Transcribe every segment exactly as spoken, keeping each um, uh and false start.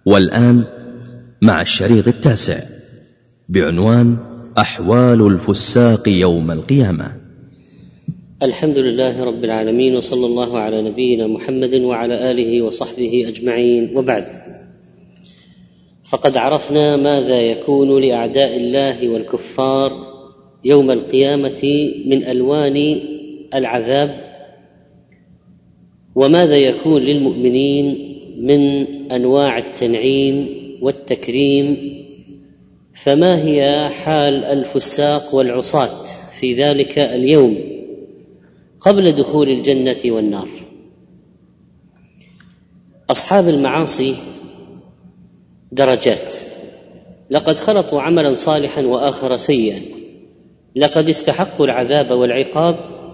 والآن مع الشريط التاسع بعنوان أحوال الفساق يوم القيامة. الحمد لله رب العالمين، وصلى الله على نبينا محمد وعلى آله وصحبه أجمعين، وبعد. فقد عرفنا ماذا يكون لأعداء الله والكفار يوم القيامة من ألوان العذاب، وماذا يكون للمؤمنين من أنواع التنعيم والتكريم. فما هي حال الفساق والعصاة في ذلك اليوم قبل دخول الجنة والنار؟ أصحاب المعاصي درجات، لقد خلطوا عملا صالحا وآخر سيئا، لقد استحقوا العذاب والعقاب،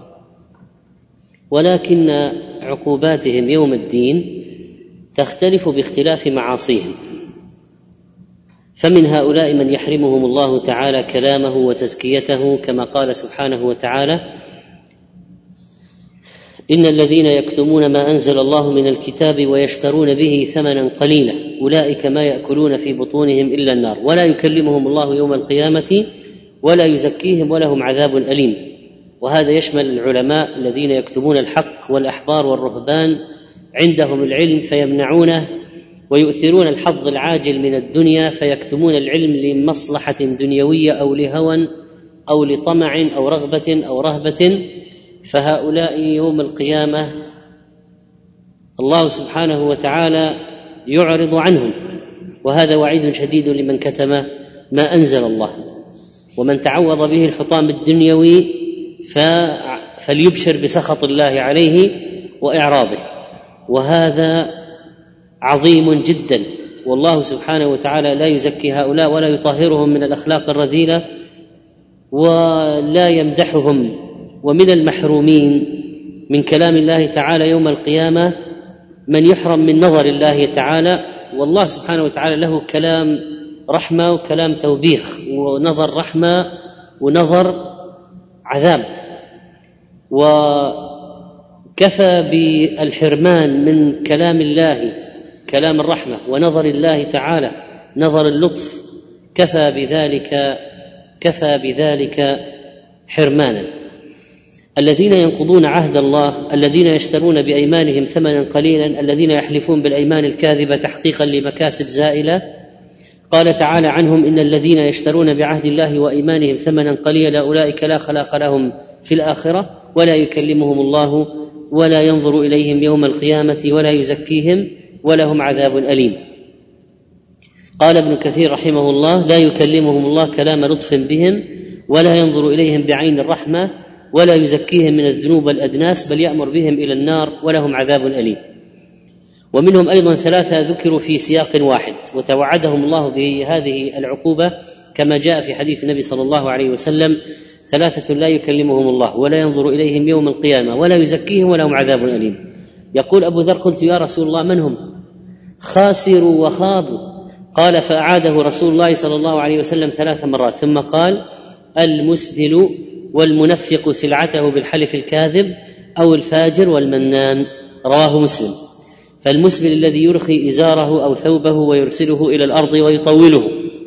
ولكن عقوباتهم يوم الدين تختلف باختلاف معاصيهم. فمن هؤلاء من يحرمهم الله تعالى كلامه وتزكيته، كما قال سبحانه وتعالى: إن الذين يكتمون ما أنزل الله من الكتاب ويشترون به ثمنا قليلا أولئك ما يأكلون في بطونهم إلا النار ولا يكلمهم الله يوم القيامة ولا يزكيهم ولهم عذاب أليم. وهذا يشمل العلماء الذين يكتمون الحق، والأحبار والرهبان عندهم العلم فيمنعونه، ويؤثرون الحظ العاجل من الدنيا فيكتمون العلم لمصلحة دنيوية أو لهوى أو لطمع أو رغبة أو رهبة. فهؤلاء يوم القيامة الله سبحانه وتعالى يعرض عنهم، وهذا وعيد شديد لمن كتم ما أنزل الله. ومن تعوض به الحطام الدنيوي فليبشر بسخط الله عليه وإعراضه، وهذا عظيم جدا. والله سبحانه وتعالى لا يزكي هؤلاء ولا يطهرهم من الأخلاق الرذيلة ولا يمدحهم. ومن المحرومين من كلام الله تعالى يوم القيامة من يحرم من نظر الله تعالى، والله سبحانه وتعالى له كلام رحمة وكلام توبيخ، ونظر رحمة ونظر عذاب. وكفى بالحرمان من كلام الله كلام الرحمة ونظر الله تعالى نظر اللطف، كفى بذلك كفى بذلك حرمانا. الذين ينقضون عهد الله، الذين يشترون بأيمانهم ثمنا قليلا، الذين يحلفون بالأيمان الكاذبة تحقيقا لمكاسب زائلة. قال تعالى عنهم: إن الذين يشترون بعهد الله وأيمانهم ثمنا قليلا أولئك لا خلاق لهم في الآخرة ولا يكلمهم الله ولا ينظر إليهم يوم القيامة ولا يزكيهم ولهم عذاب أليم. قال ابن كثير رحمه الله: لا يكلمهم الله كلام لطف بهم ولا ينظر إليهم بعين الرحمة ولا يزكيهم من الذنوب الأدناس بل يأمر بهم إلى النار ولهم عذاب أليم. ومنهم أيضا ثلاثة ذكروا في سياق واحد وتوعدهم الله بهذه العقوبة، كما جاء في حديث النبي صلى الله عليه وسلم: ثلاثة لا يكلمهم الله ولا ينظر إليهم يوم القيامة ولا يزكيهم ولهم عذاب أليم. يقول أبو ذر: قلت يا رسول الله من هم؟ خاسروا وخابوا. قال: فأعاده رسول الله صلى الله عليه وسلم ثلاث مرات ثم قال: المسبل والمنفق سلعته بالحلف الكاذب أو الفاجر والمنان. رواه مسلم. فالمسبل الذي يرخي إزاره أو ثوبه ويرسله إلى الأرض ويطوله.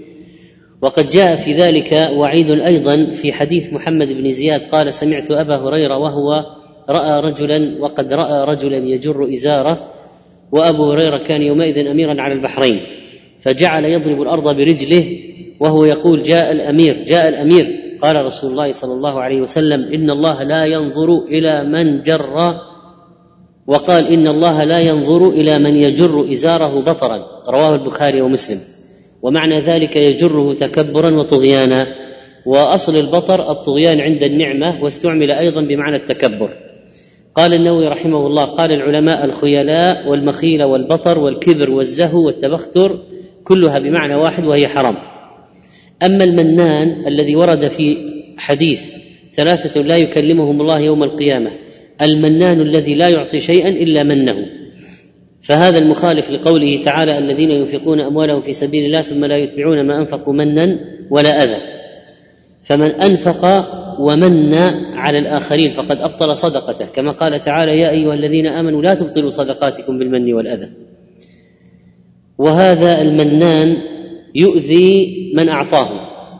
وقد جاء في ذلك وعيد أيضا في حديث محمد بن زياد قال: سمعت أبا هريرة وهو رأى رجلا وقد رأى رجلا يجر إزاره، وأبو هريرة كان يومئذ أميرا على البحرين، فجعل يضرب الأرض برجله وهو يقول: جاء الأمير جاء الأمير. قال رسول الله صلى الله عليه وسلم: إن الله لا ينظر إلى من جر، وقال: إن الله لا ينظر إلى من يجر إزاره بطرا. رواه البخاري ومسلم. ومعنى ذلك يجره تكبرا وطغيانا، وأصل البطر الطغيان عند النعمة، واستعمل أيضا بمعنى التكبر. قال النووي رحمه الله: قال العلماء: الخيلاء والمخيل والبطر والكبر والزهو والتبختر كلها بمعنى واحد وهي حرام. أما المنان الذي ورد في حديث ثلاثة لا يكلمهم الله يوم القيامة، المنان الذي لا يعطي شيئا إلا منه، فهذا المخالف لقوله تعالى: الذين ينفقون أموالهم في سبيل الله ثم لا يتبعون ما أنفقوا منا ولا أذى. فمن أنفق ومن على الآخرين فقد أبطل صدقته، كما قال تعالى: يا أيها الذين آمنوا لا تبطلوا صدقاتكم بالمن والأذى. وهذا المنان يؤذي من أعطاه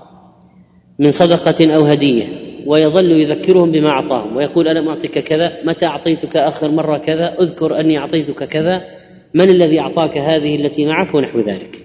من صدقة أو هدية، ويظل يذكرهم بما أعطاهم ويقول أنا أعطيك كذا، متى أعطيتك آخر مرة كذا، أذكر أني أعطيتك كذا، من الذي أعطاك هذه التي معك، ونحو ذلك.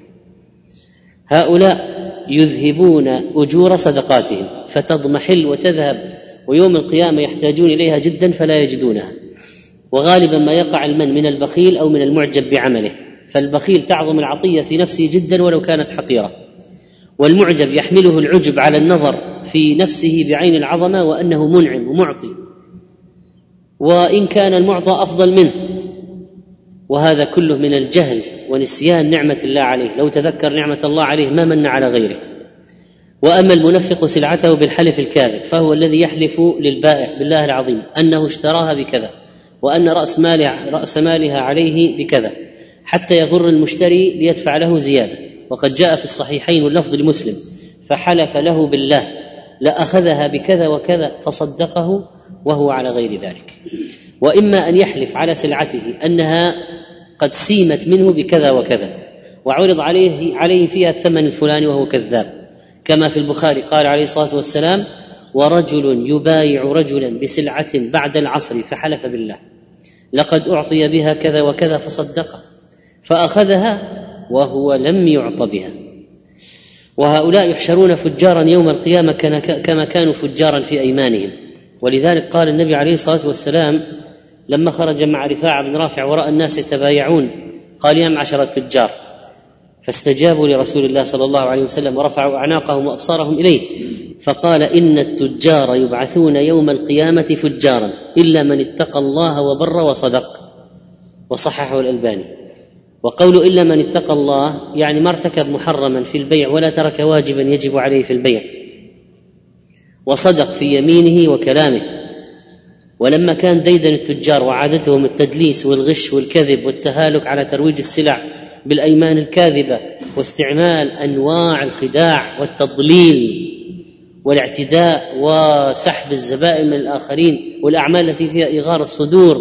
هؤلاء يذهبون أجور صدقاتهم فتضمحل وتذهب، ويوم القيامة يحتاجون إليها جدا فلا يجدونها. وغالبا ما يقع المن من البخيل أو من المعجب بعمله، فالبخيل تعظم العطية في نفسه جدا ولو كانت حقيرة، والمعجب يحمله العجب على النظر في نفسه بعين العظمة وأنه منعم ومعطي، وإن كان المعطى أفضل منه، وهذا كله من الجهل ونسيان نعمة الله عليه. لو تذكر نعمة الله عليه ما من على غيره. وأما المنفق سلعته بالحلف الكاذب فهو الذي يحلف للبائع بالله العظيم أنه اشتراها بكذا، وأن رأس مالها, رأس مالها عليه بكذا، حتى يغر المشتري ليدفع له زيادة. وقد جاء في الصحيحين واللفظ لمسلم فحلف له بالله لأخذها بكذا وكذا فصدقه وهو على غير ذلك. وإما أن يحلف على سلعته أنها قد سيمت منه بكذا وكذا وعرض عليه, عليه فيها الثمن الفلاني وهو كذاب، كما في البخاري قال عليه الصلاة والسلام: ورجل يبايع رجلا بسلعة بعد العصر فحلف بالله لقد أعطي بها كذا وكذا فصدقه فأخذها وهو لم يعط بها. وهؤلاء يحشرون فجارا يوم القيامة كما كانوا فجارا في أيمانهم. ولذلك قال النبي عليه الصلاة والسلام لما خرج مع رفاعة بن رافع ورأى الناس يتبايعون قال: يا معشر التجار، فاستجابوا لرسول الله صلى الله عليه وسلم ورفعوا أعناقهم وأبصارهم إليه، فقال: إن التجار يبعثون يوم القيامة فجارا إلا من اتقى الله وبر وصدق. وصححه الألباني. وقول إلا من اتقى الله يعني ما ارتكب محرما في البيع ولا ترك واجبا يجب عليه في البيع، وصدق في يمينه وكلامه. ولما كان ديدن التجار وعادتهم التدليس والغش والكذب والتهالك على ترويج السلع بالأيمان الكاذبة واستعمال أنواع الخداع والتضليل والاعتداء وسحب الزبائن من الآخرين والأعمال التي فيها إغار الصدور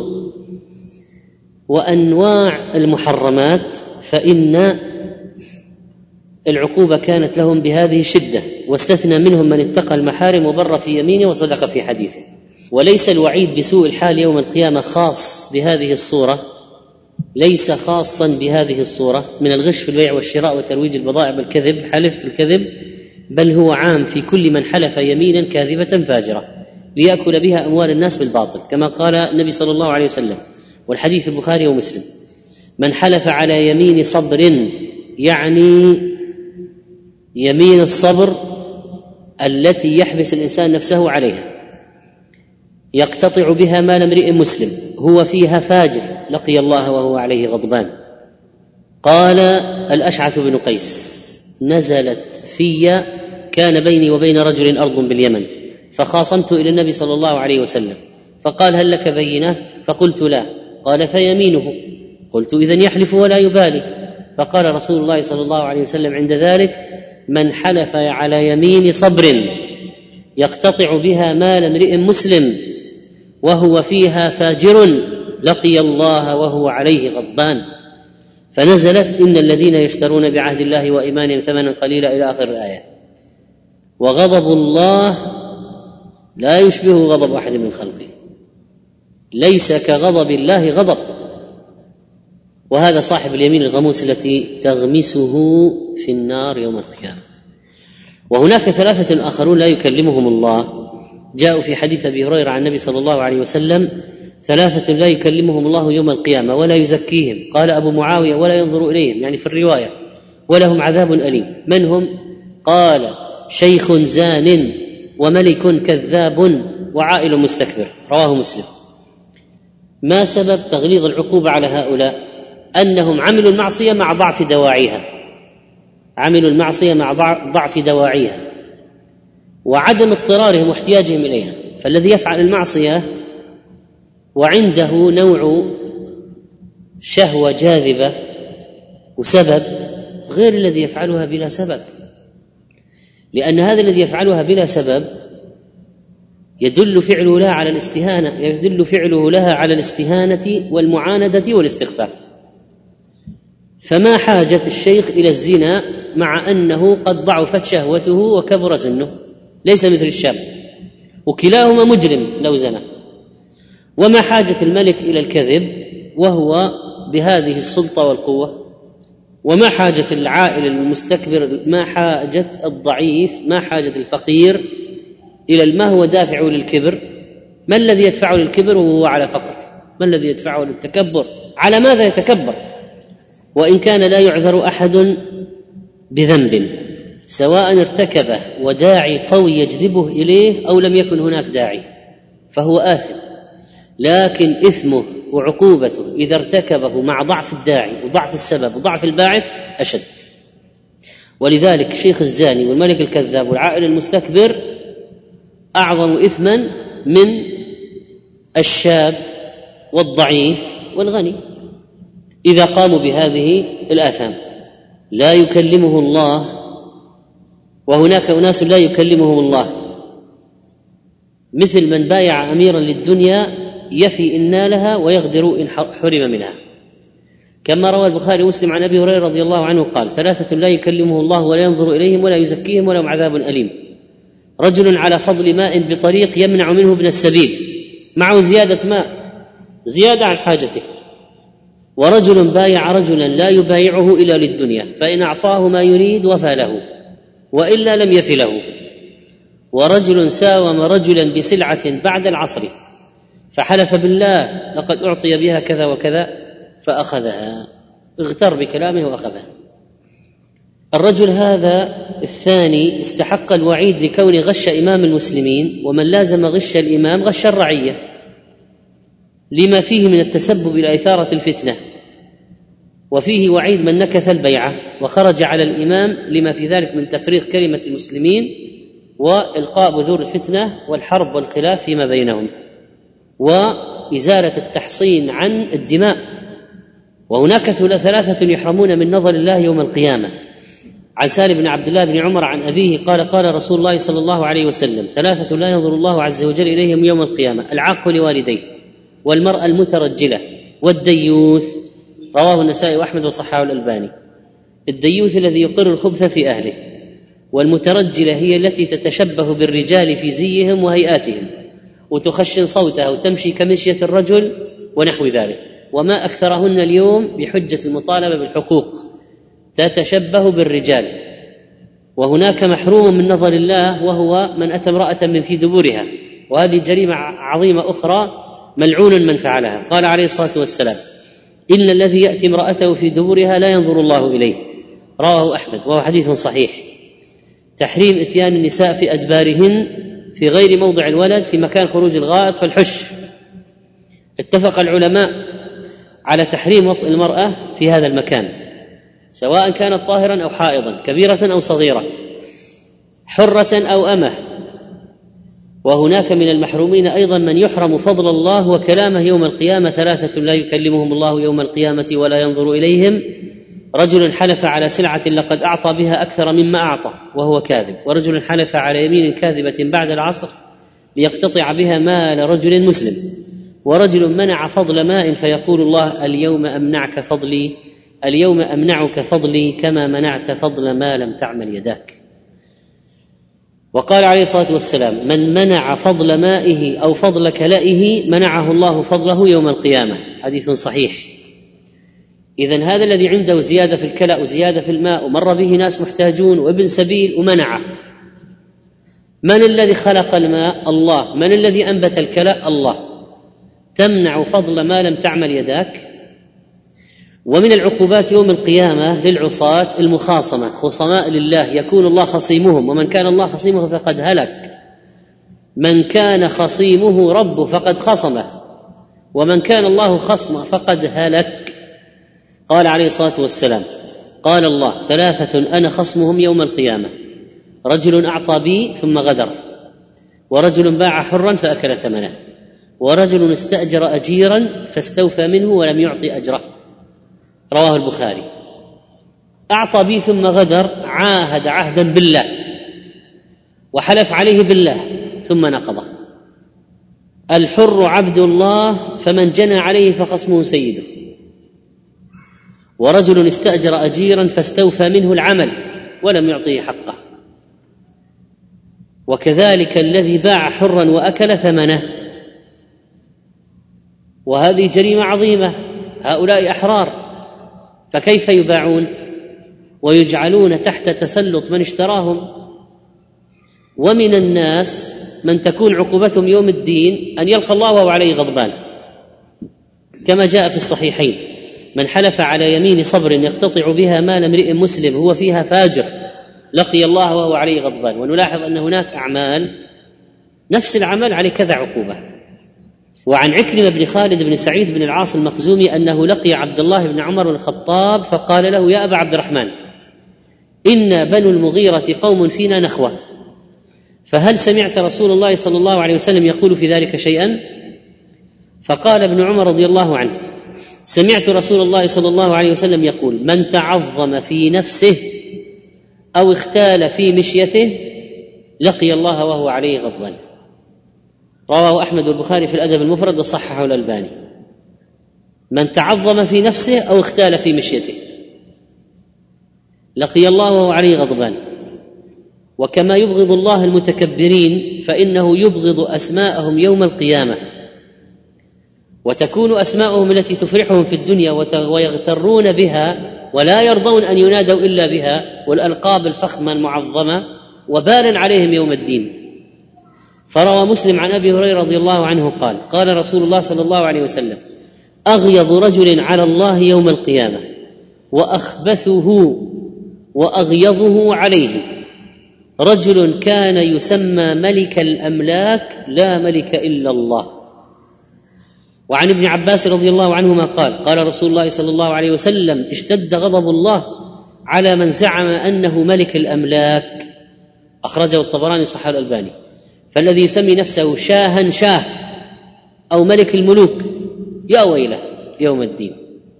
وأنواع المحرمات، فإن العقوبة كانت لهم بهذه الشدة. واستثنى منهم من اتقى المحارم وبر في يمينه وصدق في حديثه. وليس الوعيد بسوء الحال يوم القيامة خاص بهذه الصورة، ليس خاصا بهذه الصورة من الغش في البيع والشراء وترويج البضائع بالكذب، حلف بالكذب، بل هو عام في كل من حلف يمينا كاذبة فاجرة ليأكل بها أموال الناس بالباطل، كما قال النبي صلى الله عليه وسلم، والحديث في البخاري ومسلم: من حلف على يمين صبر، يعني يمين الصبر التي يحبس الإنسان نفسه عليها، يقتطع بها مال امرئ مسلم هو فيها فاجر لقي الله وهو عليه غضبان. قال الأشعث بن قيس: نزلت في كان بيني وبين رجل أرض باليمن فخاصمت إلى النبي صلى الله عليه وسلم فقال: هل لك بينة؟ فقلت: لا. قال: فيمينه. قلت: إذن يحلف ولا يبالي. فقال رسول الله صلى الله عليه وسلم عند ذلك: من حلف على يمين صبر يقتطع بها مال امرئ مسلم وهو فيها فاجر لقي الله وهو عليه غضبان. فنزلت: إن الذين يشترون بعهد الله وإيمانهم ثمنا قليلا إلى آخر الآية. وغضب الله لا يشبه غضب أحد من خلقه، ليس كغضب الله غضب. وهذا صاحب اليمين الغموس التي تغمسه في النار يوم القيامة. وهناك ثلاثة آخرون لا يكلمهم الله، جاءوا في حديث أبي هريرة عن النبي صلى الله عليه وسلم: ثلاثة لا يكلمهم الله يوم القيامة ولا يزكيهم، قال أبو معاوية: ولا ينظر إليهم، يعني في الرواية، ولهم عذاب أليم. من هم؟ قال: شيخ زان وملك كذاب وعائل مستكبر. رواه مسلم. ما سبب تغليظ العقوبة على هؤلاء؟ أنهم عملوا المعصية مع ضعف دواعيها، عملوا المعصية مع ضعف دواعيها وعدم اضطرارهم واحتياجهم إليها. فالذي يفعل المعصية وعنده نوع شهوة جاذبة وسبب غير الذي يفعلها بلا سبب، لأن هذا الذي يفعلها بلا سبب يدل فعله لها على الاستهانة، يدل فعله لها على الاستهانة والمعاندة والاستخفاف. فما حاجة الشيخ إلى الزنا مع أنه قد ضعفت شهوته وكبر سنه؟ ليس مثل الشاب، وكلاهما مجرم لو زنى. وما حاجة الملك إلى الكذب وهو بهذه السلطة والقوة؟ وما حاجة العائل المستكبر؟ ما حاجة الضعيف؟ ما حاجة الفقير إلى ما هو دافع للكبر؟ ما الذي يدفعه للكبر وهو على فقر؟ ما الذي يدفعه للتكبر؟ على ماذا يتكبر؟ وإن كان لا يعذر أحد بذنب سواء ارتكبه وداعي قوي يجذبه إليه أو لم يكن هناك داعي فهو آثم، لكن إثمه وعقوبته إذا ارتكبه مع ضعف الداعي وضعف السبب وضعف الباعث أشد. ولذلك الشيخ الزاني والملك الكذاب والعائل المستكبر أعظم إثما من الشاب والضعيف والغني إذا قاموا بهذه الآثام. لا يكلمه الله، وهناك أناس لا يكلمهم الله، مثل من بايع أميرا للدنيا يفي إن نالها ويغدر إن حرم منها، كما روى البخاري ومسلم عن أبي هريرة رضي الله عنه قال: ثلاثة لا يكلمه الله ولا ينظر إليهم ولا يزكيهم ولهم عذاب أليم: رجل على فضل ماء بطريق يمنع منه ابن السبيل، معه زيادة ماء زيادة عن حاجته، ورجل بايع رجلا لا يبايعه إلا للدنيا فإن أعطاه ما يريد وفى له وإلا لم يف له، ورجل ساوم رجلا بسلعة بعد العصر فحلف بالله لقد أعطي بها كذا وكذا فأخذها، اغتر بكلامه وأخذها. الرجل هذا الثاني استحق الوعيد لكون غش إمام المسلمين، ومن لازم غش الإمام غش الرعية لما فيه من التسبب إلى إثارة الفتنة، وفيه وعيد من نكث البيعة وخرج على الإمام لما في ذلك من تفريق كلمة المسلمين وإلقاء بذور الفتنة والحرب والخلاف فيما بينهم وإزالة التحصين عن الدماء. وهناك ثلاثة يحرمون من نظر الله يوم القيامة. عن سالم بن عبد الله بن عمر عن أبيه قال: قال رسول الله صلى الله عليه وسلم: ثلاثة لا ينظر الله عز وجل إليهم يوم القيامة: العاق لوالديه، والمرأة المترجلة، والديوث. رواه النسائي وأحمد وصححه الألباني. الديوث الذي يقر الخبث في أهله، والمترجلة هي التي تتشبه بالرجال في زيهم وهيئاتهم وتخشن صوتها وتمشي كمشية الرجل ونحو ذلك، وما أكثرهن اليوم بحجة المطالبة بالحقوق تتشبه بالرجال. وهناك محروم من نظر الله وهو من أتى امرأة من في دبورها، وهذه جريمة عظيمة أخرى ملعون من فعلها. قال عليه الصلاة والسلام: إن الذي يأتي امرأته في دبورها لا ينظر الله إليه. رواه أحمد وهو حديث صحيح. تحريم إتيان النساء في أدبارهن في غير موضع الولد في مكان خروج الغائط فالحش. اتفق العلماء على تحريم وطئ المرأة في هذا المكان سواء كانت طاهرا أو حائضا، كبيرة أو صغيرة، حرة أو أمة. وهناك من المحرومين أيضا من يحرم فضل الله وكلامه يوم القيامة: ثلاثة لا يكلمهم الله يوم القيامة ولا ينظر إليهم: رجل حلف على سلعة لقد أعطى بها أكثر مما أعطى وهو كاذب، ورجل حلف على يمين كاذبة بعد العصر ليقتطع بها مال رجل مسلم، ورجل منع فضل ماء فيقول الله: اليوم أمنعك فضلي اليوم أمنعك فضلي كما منعت فضل ما لم تعمل يداك. وقال عليه الصلاة والسلام: من منع فضل مائه أو فضل كلائه منعه الله فضله يوم القيامة. حديث صحيح. إذن هذا الذي عنده زيادة في الكلأ وزيادة في الماء ومر به ناس محتاجون وابن سبيل ومنعه، من الذي خلق الماء؟ الله. من الذي أنبت الكلأ؟ الله. تمنع فضل ما لم تعمل يداك. ومن العقوبات يوم القيامة للعصاة المخاصمة، خصماء لله يكون الله خصيمهم، ومن كان الله خصيمه فقد هلك. من كان خصيمه ربه فقد خصمه، ومن كان الله خصمه فقد هلك. قال عليه الصلاة والسلام: قال الله: ثلاثة أنا خصمهم يوم القيامة: رجل أعطى بي ثم غدر، ورجل باع حرا فأكل ثمنه، ورجل استأجر أجيرا فاستوفى منه ولم يعطي أجره. رواه البخاري. أعطى بي ثم غدر، عاهد عهدا بالله وحلف عليه بالله ثم نقضه. الحر عبد الله فمن جنى عليه فخصمه سيده. ورجل استأجر أجيرا فاستوفى منه العمل ولم يعطيه حقه، وكذلك الذي باع حرا وأكل ثمنه، وهذه جريمة عظيمة. هؤلاء أحرار، فكيف يباعون ويجعلون تحت تسلط من اشتراهم؟ ومن الناس من تكون عقوبتهم يوم الدين أن يلقى الله وهو عليه غضبان، كما جاء في الصحيحين: من حلف على يمين صبر يقتطع بها مال امرئ مسلم هو فيها فاجر لقي الله وهو عليه غضبان. ونلاحظ أن هناك أعمال نفس العمل عليه كذا عقوبة. وعن عكرمة بن خالد بن سعيد بن العاص المخزومي أنه لقي عبد الله بن عمر بن الخطاب فقال له: يا أبا عبد الرحمن، إنا بنو المغيرة قوم فينا نخوة، فهل سمعت رسول الله صلى الله عليه وسلم يقول في ذلك شيئا؟ فقال ابن عمر رضي الله عنه: سمعت رسول الله صلى الله عليه وسلم يقول: من تعظم في نفسه أو اختال في مشيته لقي الله وهو عليه غضبان. رواه أحمد والبخاري في الأدب المفرد وصححه الألباني. من تعظم في نفسه أو اختال في مشيته لقي الله وهو عليه غضبان. وكما يبغض الله المتكبرين فإنه يبغض أسماءهم يوم القيامة، وتكون أسماءهم التي تفرحهم في الدنيا ويغترون بها ولا يرضون أن ينادوا إلا بها، والألقاب الفخمة المعظمة، وبال عليهم يوم الدين. فروى مسلم عن أبي هريرة رضي الله عنه قال: قال رسول الله صلى الله عليه وسلم: أغيظ رجل على الله يوم القيامة وأخبثه وأغيظه عليه رجل كان يسمى ملك الأملاك لا ملك إلا الله. وعن ابن عباس رضي الله عنهما قال: قال رسول الله صلى الله عليه وسلم: اشتد غضب الله على من زعم أنه ملك الأملاك. أخرجه الطبراني صححه الألباني. فالذي يسمي نفسه شاها شاه أو ملك الملوك يا ويله يوم الدين.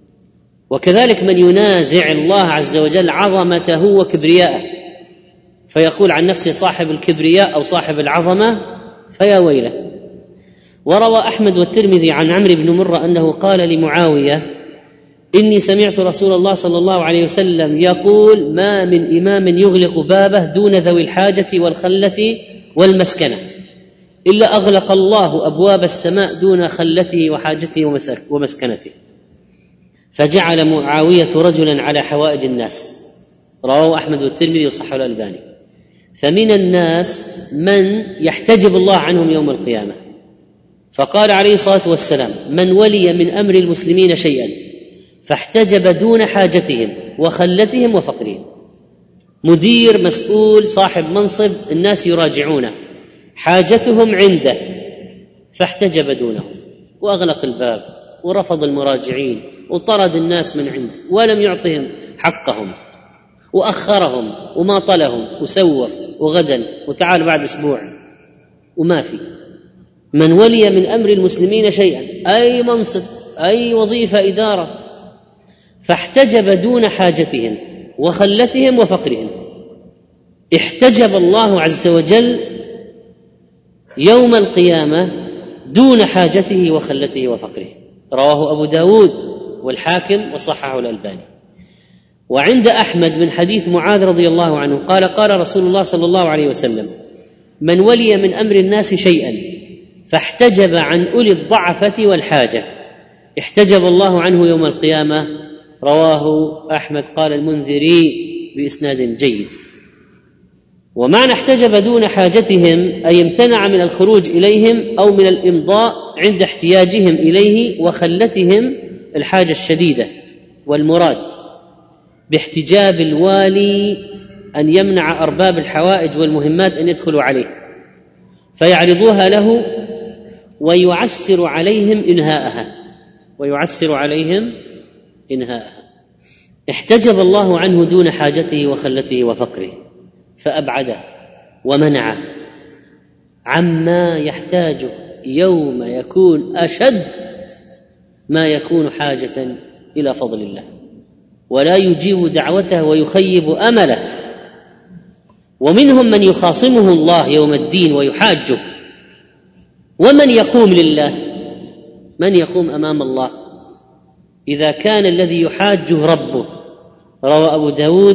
وكذلك من ينازع الله عز وجل عظمته وكبرياءه فيقول عن نفسه صاحب الكبرياء أو صاحب العظمة فيا ويله. وروى أحمد والترمذي عن عمرو بن مرة أنه قال لمعاوية: إني سمعت رسول الله صلى الله عليه وسلم يقول: ما من إمام يغلق بابه دون ذوي الحاجة والخلة والمسكنة إلا أغلق الله أبواب السماء دون خلته وحاجته ومسكنته. فجعل معاوية رجلا على حوائج الناس. رواه أحمد والترمذي وصححه الألباني. فمن الناس من يحتجب الله عنهم يوم القيامة. فقال عليه الصلاة والسلام: من ولي من أمر المسلمين شيئا فاحتجب دون حاجتهم وخلتهم وفقرهم. مدير مسؤول صاحب منصب الناس يراجعونه، حاجتهم عنده فاحتجب دونه وأغلق الباب ورفض المراجعين وطرد الناس من عنده ولم يعطهم حقهم وأخرهم وماطلهم وسوف وغدا وتعال بعد أسبوع وما في. من ولي من أمر المسلمين شيئا، أي منصب أي وظيفة إدارة، فاحتجب دون حاجتهم وخلتهم وفقرهم، احتجب الله عز وجل يوم القيامة دون حاجته وخلته وفقره. رواه أبو داود والحاكم وصححه الألباني. وعند أحمد من حديث معاذ رضي الله عنه قال: قال رسول الله صلى الله عليه وسلم: من ولي من أمر الناس شيئا فاحتجب عن أولي الضعفة والحاجة احتجب الله عنه يوم القيامة. رواه أحمد. قال المنذري بإسناد جيد. ومعنى احتجب دون حاجتهم أي امتنع من الخروج إليهم أو من الإمضاء عند احتياجهم إليه، وخلتهم الحاجة الشديدة. والمراد باحتجاب الوالي أن يمنع أرباب الحوائج والمهمات أن يدخلوا عليه فيعرضوها له ويعسر عليهم إنهاءها ويعسر عليهم إنهاءها. احتجب الله عنه دون حاجته وخلته وفقره فأبعده ومنعه عما يحتاجه يوم يكون أشد ما يكون حاجة إلى فضل الله، ولا يجيب دعوته ويخيب أمله. ومنهم من يخاصمه الله يوم الدين ويحاجه. ومن يقوم لله، من يقوم أمام الله إذا كان الذي يحاجه ربه. روى أبو داود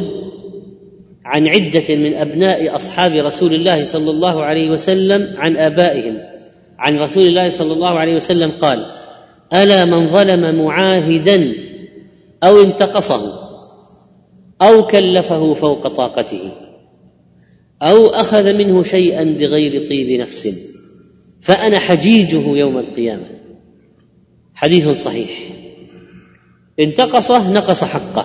عن عدة من أبناء أصحاب رسول الله صلى الله عليه وسلم عن آبائهم عن رسول الله صلى الله عليه وسلم قال: ألا من ظلم معاهدا أو انتقصه أو كلفه فوق طاقته أو أخذ منه شيئا بغير طيب نفس فأنا حجيجه يوم القيامة. حديث صحيح. انتقصه نقص حقه،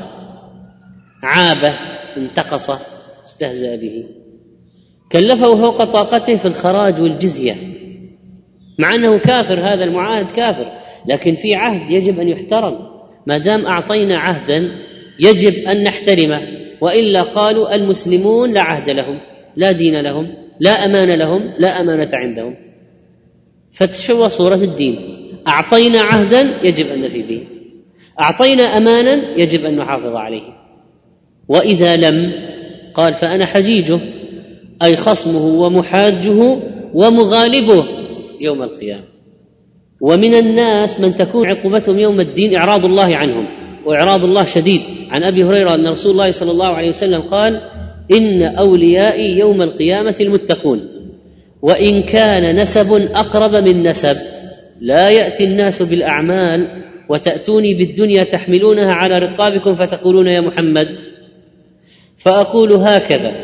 عابه انتقصه استهزأ به، كلفه فوق طاقته في الخراج والجزية، مع أنه كافر، هذا المعاهد كافر، لكن في عهد يجب أن يحترم. ما دام أعطينا عهدا يجب أن نحترمه، وإلا قالوا المسلمون لا عهد لهم، لا دين لهم، لا أمان لهم، لا أمانة عندهم. فتشوه صورة الدين. أعطينا عهدا يجب أن نفي به، أعطينا أمانا يجب أن نحافظ عليه. وإذا لم قال فأنا حجيجه، أي خصمه ومحاجه ومغالبه يوم القيامة. ومن الناس من تكون عقوبتهم يوم الدين إعراض الله عنهم، وإعراض الله شديد. عن أبي هريرة أن رسول الله صلى الله عليه وسلم قال: إن أوليائي يوم القيامة المتقون، وإن كان نسب أقرب من نسب. لا يأتي الناس بالأعمال وتأتوني بالدنيا تحملونها على رقابكم فتقولون يا محمد، فأقول هكذا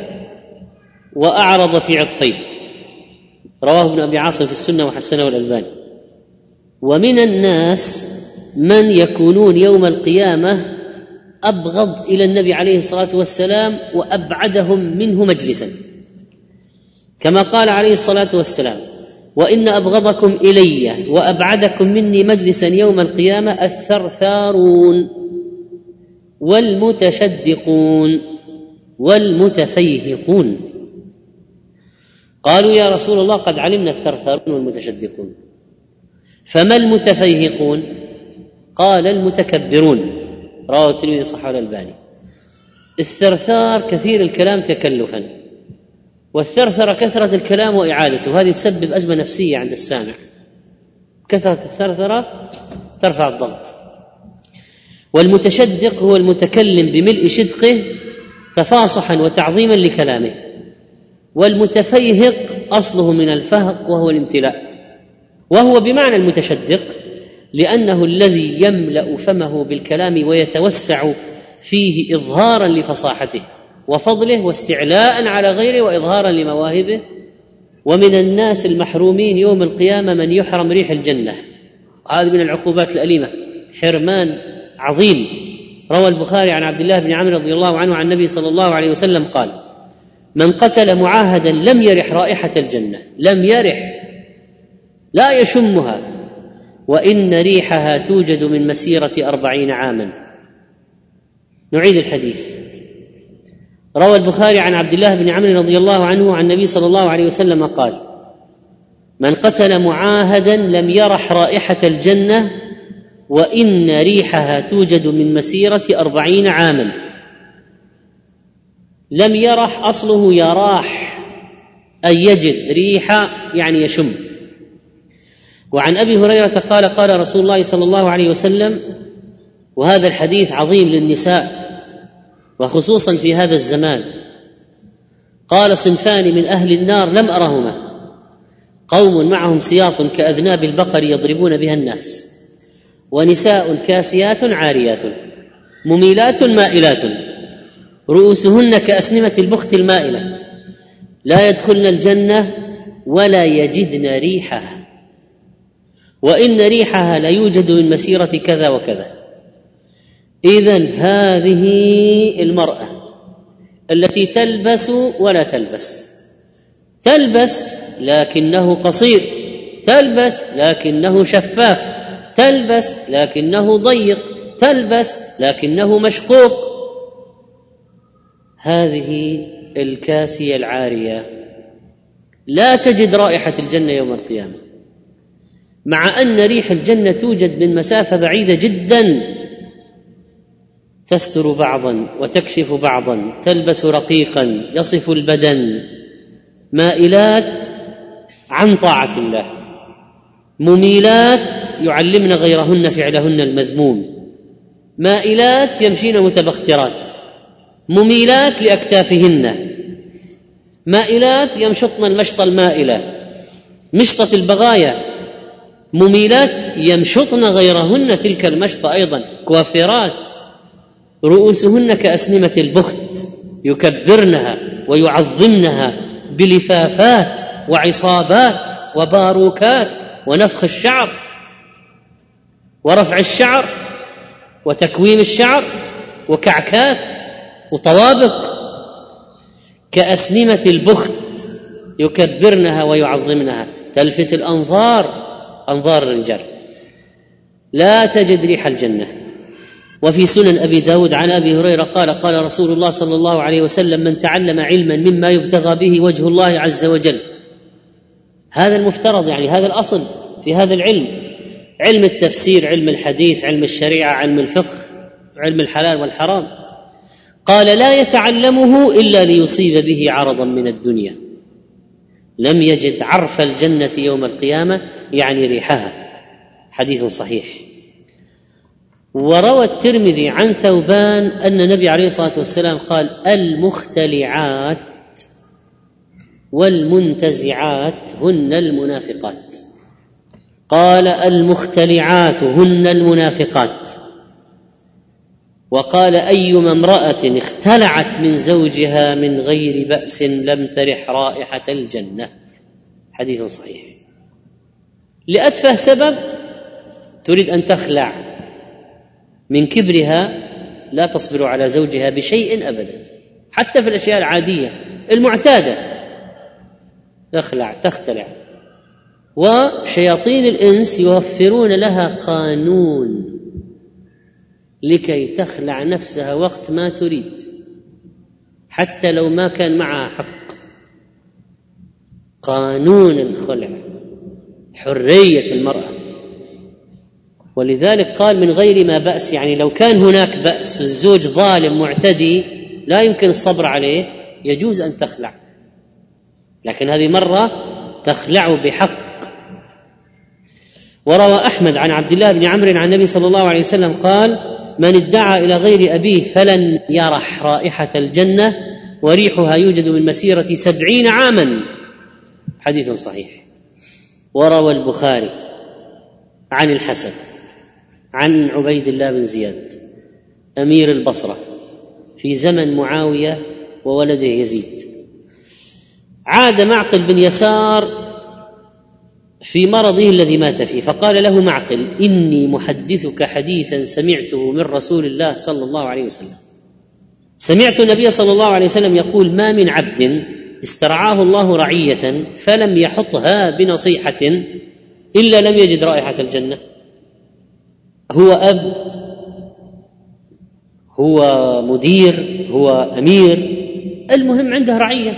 وأعرض في عطفيه. رواه ابن أبي عاصم في السنة وحسنه الألباني. ومن الناس من يكونون يوم القيامة أبغض إلى النبي عليه الصلاة والسلام وأبعدهم منه مجلسا، كما قال عليه الصلاة والسلام: وإن أبغضكم إلي وأبعدكم مني مجلسا يوم القيامة الثرثارون والمتشدقون والمتفيهقون. قالوا: يا رسول الله قد علمنا الثرثارون والمتشدقون، فما المتفيهقون؟ قال: المتكبرون. رواه الترمذي صححه الألباني. الثرثار كثير الكلام تكلفا، والثرثرة كثرة الكلام وإعادته، هذه تسبب أزمة نفسية عند السامع. كثرة الثرثرة ترفع الضغط. والمتشدق هو المتكلم بملء شدقه تفاصحا وتعظيما لكلامه. والمتفيهق أصله من الفهق وهو الامتلاء، وهو بمعنى المتشدق، لأنه الذي يملأ فمه بالكلام ويتوسع فيه إظهارا لفصاحته وفضله واستعلاء على غيره وإظهارا لمواهبه. ومن الناس المحرومين يوم القيامة من يحرم ريح الجنة، هذه من العقوبات الأليمة، حرمان عظيم. روى البخاري عن عبد الله بن عمرو رضي الله عنه عن النبي صلى الله عليه وسلم قال: من قتل معاهدا لم يرح رائحة الجنة، لم يرح، لا يشمها، وإن ريحها توجد من مسيرة أربعين عاما. نعيد الحديث. روى البخاري عن عبد الله بن عمرو رضي الله عنه عن النبي صلى الله عليه وسلم قال: من قتل معاهدا لم يرح رائحة الجنة، وإن ريحها توجد من مسيرة أربعين عاما. لم يرح أصله يراح، أي يجد، ريح يعني يشم. وعن أبي هريرة قال: قال رسول الله صلى الله عليه وسلم، وهذا الحديث عظيم للنساء وخصوصا في هذا الزمان، قال: صنفان من أهل النار لم أرهما، قوم معهم سياط كأذناب البقر يضربون بها الناس، ونساء كاسيات عاريات مميلات مائلات رؤوسهن كأسنمة البخت المائلة، لا يدخلن الجنة ولا يجدن ريحها، وإن ريحها لا يوجد من مسيرة كذا وكذا. إذن هذه المرأة التي تلبس ولا تلبس، تلبس لكنه قصير، تلبس لكنه شفاف، تلبس لكنه ضيق، تلبس لكنه مشقوق، هذه الكاسية العارية لا تجد رائحة الجنة يوم القيامة، مع أن ريح الجنة توجد من مسافة بعيدة جدا، تستر بعضا وتكشف بعضا، تلبس رقيقا يصف البدن، مائلات عن طاعة الله، مميلات يعلمن غيرهن فعلهن المذموم، مائلات يمشين متبخترات، مميلات لأكتافهن، مائلات يمشطن المشط المائلة مشطة البغايا، مميلات يمشطن غيرهن تلك المشطة أيضا، كوافرات رؤوسهن كأسنمة البخت يكبرنها ويعظمنها بلفافات وعصابات وباروكات ونفخ الشعر ورفع الشعر وتكويم الشعر وكعكات وطوابق كأسنمة البخت يكبرنها ويعظمنها، تلفت الأنظار أنظار الرجال، لا تجد ريح الجنة. وفي سنن أبي داود عن أبي هريرة قال قال رسول الله صلى الله عليه وسلم: من تعلم علما مما يبتغى به وجه الله عز وجل، هذا المفترض، يعني هذا الأصل في هذا العلم، علم التفسير، علم الحديث، علم الشريعة، علم الفقه، علم الحلال والحرام، قال لا يتعلمه إلا ليصيب به عرضا من الدنيا لم يجد عرف الجنة يوم القيامة، يعني ريحها. حديث صحيح. وروى الترمذي عن ثوبان أن النبي عليه الصلاة والسلام قال: المختلعات والمنتزعات هن المنافقات. قال: المختلعات هن المنافقات. وقال: أيما امرأة اختلعت من زوجها من غير بأس لم ترح رائحة الجنة. حديث صحيح. لأتفه سبب تريد أن تخلع من كبرها لا تصبر على زوجها بشيء أبدا، حتى في الأشياء العادية المعتادة تخلع تختلع. وشياطين الإنس يوفرون لها قانون لكي تخلع نفسها وقت ما تريد، حتى لو ما كان معها حق. قانون الخلع، حرية المرأة. ولذلك قال من غير ما بأس، يعني لو كان هناك بأس، الزوج ظالم معتدي لا يمكن الصبر عليه، يجوز أن تخلع، لكن هذه مرة تخلع بحق. وروى أحمد عن عبد الله بن عمرو عن النبي صلى الله عليه وسلم قال: من ادعى إلى غير أبيه فلن يرح رائحة الجنة وريحها يوجد من مسيرة سبعين عاما. حديث صحيح. وروى البخاري عن الحسن عن عبيد الله بن زياد أمير البصرة في زمن معاوية وولده يزيد، عاد معقل بن يسار في مرضه الذي مات فيه، فقال له معقل: إني محدثك حديثا سمعته من رسول الله صلى الله عليه وسلم. سمعت النبي صلى الله عليه وسلم يقول: ما من عبد استرعاه الله رعية فلم يحطها بنصيحة إلا لم يجد رائحة الجنة. هو أب، هو مدير، هو أمير، المهم عنده رعية،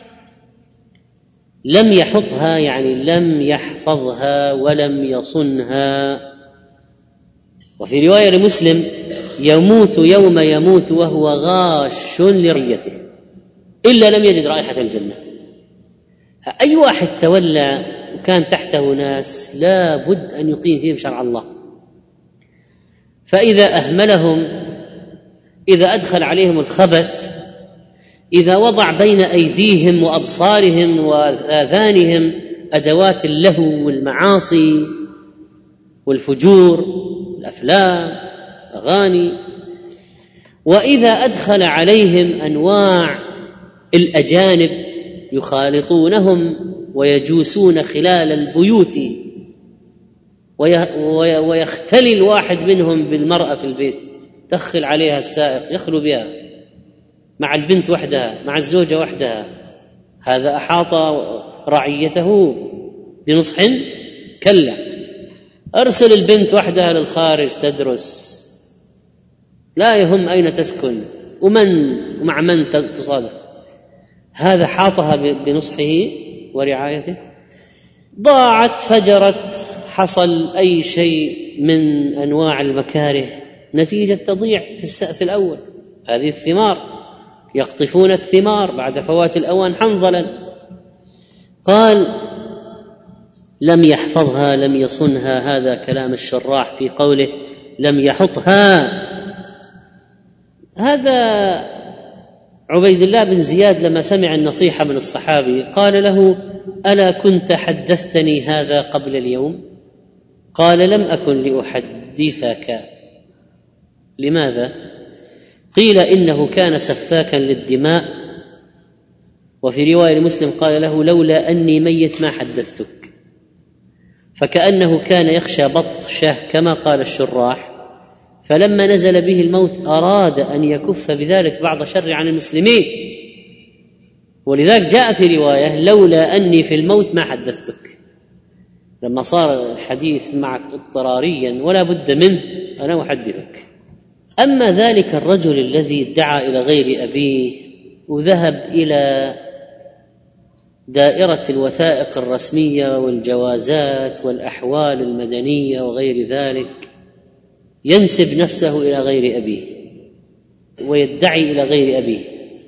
لم يحطها يعني لم يحفظها ولم يصنها. وفي رواية لمسلم: يموت يوم يموت وهو غاش لرعيته إلا لم يجد رائحة الجنة. أي واحد تولى وكان تحته ناس لا بد أن يقيم فيهم شرع الله، فإذا أهملهم، إذا أدخل عليهم الخبث، إذا وضع بين أيديهم وأبصارهم وآذانهم أدوات اللهو والمعاصي والفجور، الأفلام، الأغاني، وإذا أدخل عليهم أنواع الأجانب يخالطونهم ويجوسون خلال البيوت، ويختلي الواحد منهم بالمرأة في البيت، دخل عليها السائق يخلو بها مع البنت وحدها مع الزوجة وحدها، هذا أحاط رعيته بنصح؟ كلا، أرسل البنت وحدها للخارج تدرس، لا يهم أين تسكن ومن ومع من تصادف، هذا حاطها بنصحه ورعايته. ضاعت، فجرت، حصل أي شيء من أنواع المكاره، نتيجة تضيع في السقف الأول. هذه الثمار، يقطفون الثمار بعد فوات الأوان حنظلا. قال: لم يحفظها لم يصنها، هذا كلام الشراح في قوله لم يحطها هذا عبيد الله بن زياد لما سمع النصيحة من الصحابي قال له: ألا كنت حدثتني هذا قبل اليوم؟ قال: لم أكن لأحدثك. لماذا؟ قيل: إنه كان سفاكا للدماء. وفي رواية مسلم قال له: لولا أني ميت ما حدثتك. فكأنه كان يخشى بطشه كما قال الشراح، فلما نزل به الموت أراد أن يكف بذلك بعض شر عن المسلمين، ولذلك جاء في رواية: لولا أني في الموت ما حدثتك. لما صار الحديث معك اضطراريا ولا بد منه أنا أحدثك. أما ذلك الرجل الذي ادعى إلى غير أبيه وذهب إلى دائرة الوثائق الرسمية والجوازات والأحوال المدنية وغير ذلك، ينسب نفسه إلى غير أبيه ويدعي إلى غير أبيه،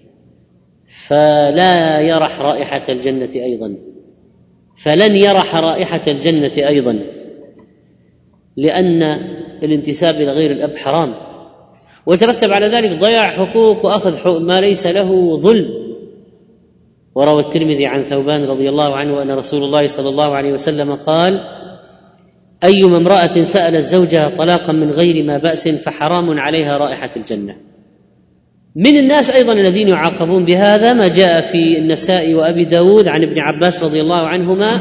فلا يرح رائحة الجنة أيضا، فلن يرح رائحة الجنة أيضا، لأن الانتساب إلى غير الأب حرام، ويترتب على ذلك ضياع حقوق وأخذ ما ليس له ظلم. وروى الترمذي عن ثوبان رضي الله عنه أن رسول الله صلى الله عليه وسلم قال: أيما امرأة سألت زوجها طلاقا من غير ما بأس فحرام عليها رائحة الجنة. من الناس أيضا الذين يعاقبون بهذا ما جاء في النسائي وأبي داود عن ابن عباس رضي الله عنهما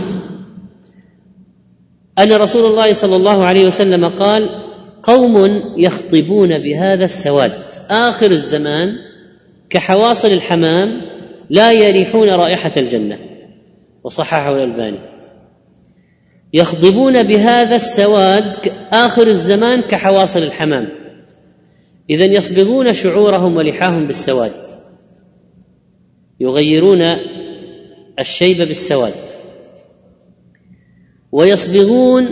أن رسول الله صلى الله عليه وسلم قال: قوم يخطبون بهذا السواد آخر الزمان كحواصل الحمام لا يريحون رائحة الجنة، وصححه الألباني. يخضبون بهذا السواد آخر الزمان كحواصل الحمام، إذن يصبغون شعورهم ولحاهم بالسواد، يغيرون الشيب بالسواد، ويصبغون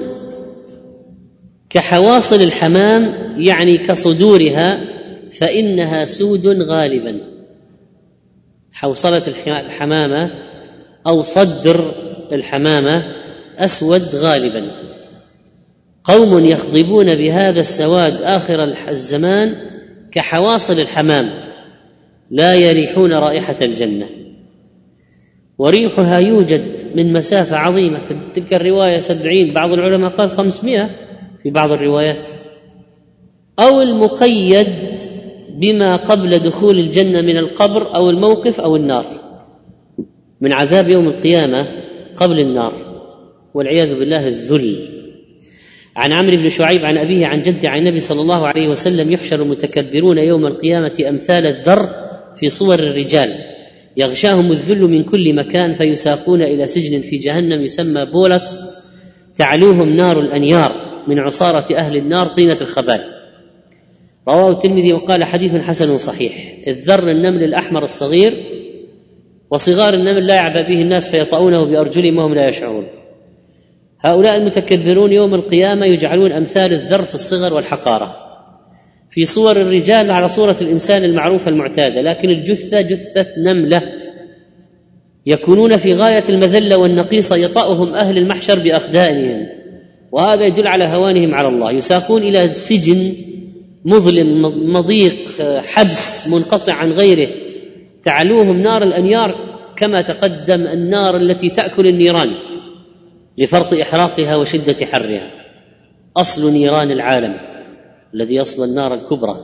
كحواصل الحمام يعني كصدورها، فإنها سود غالبا. حوصلة الحمامة أو صدر الحمامة أسود غالبا. قوم يخضبون بهذا السواد آخر الزمان كحواصل الحمام لا يريحون رائحة الجنة، وريحها يوجد من مسافة عظيمة. في تلك الرواية سبعين، بعض العلماء قال خمسمائة في بعض الروايات، أو المقيد بما قبل دخول الجنة من القبر أو الموقف أو النار، من عذاب يوم القيامة قبل النار والعياذ بالله الذل. عن عمرو بن شعيب عن أبيه عن جده عن النبي صلى الله عليه وسلم: يحشر المتكبرون يوم القيامة أمثال الذر في صور الرجال، يغشاهم الذل من كل مكان، فيساقون إلى سجن في جهنم يسمى بولس، تعلوهم نار الأنيار من عصارة أهل النار طينة الخبال. رواه الترمذي وقال: حديث حسن صحيح. الذر النمل الأحمر الصغير، وصغار النمل لا يعبأ به الناس فيطؤونه بأرجلهم وهم لا يشعرون. هؤلاء المتكبرون يوم القيامة يجعلون أمثال الذر في الصغر والحقارة، في صور الرجال على صورة الإنسان المعروفة المعتادة، لكن الجثة جثة نملة، يكونون في غاية المذلة والنقيصة، يطأهم أهل المحشر بأخدانهم، وهذا يدل على هوانهم على الله. يساقون إلى سجن مظلم مضيق، حبس منقطع عن غيره، تعلوهم نار الأنيار، كما تقدم النار التي تأكل النيران لفرط إحراقها وشدة حرها، أصل نيران العالم الذي يصل النار الكبرى.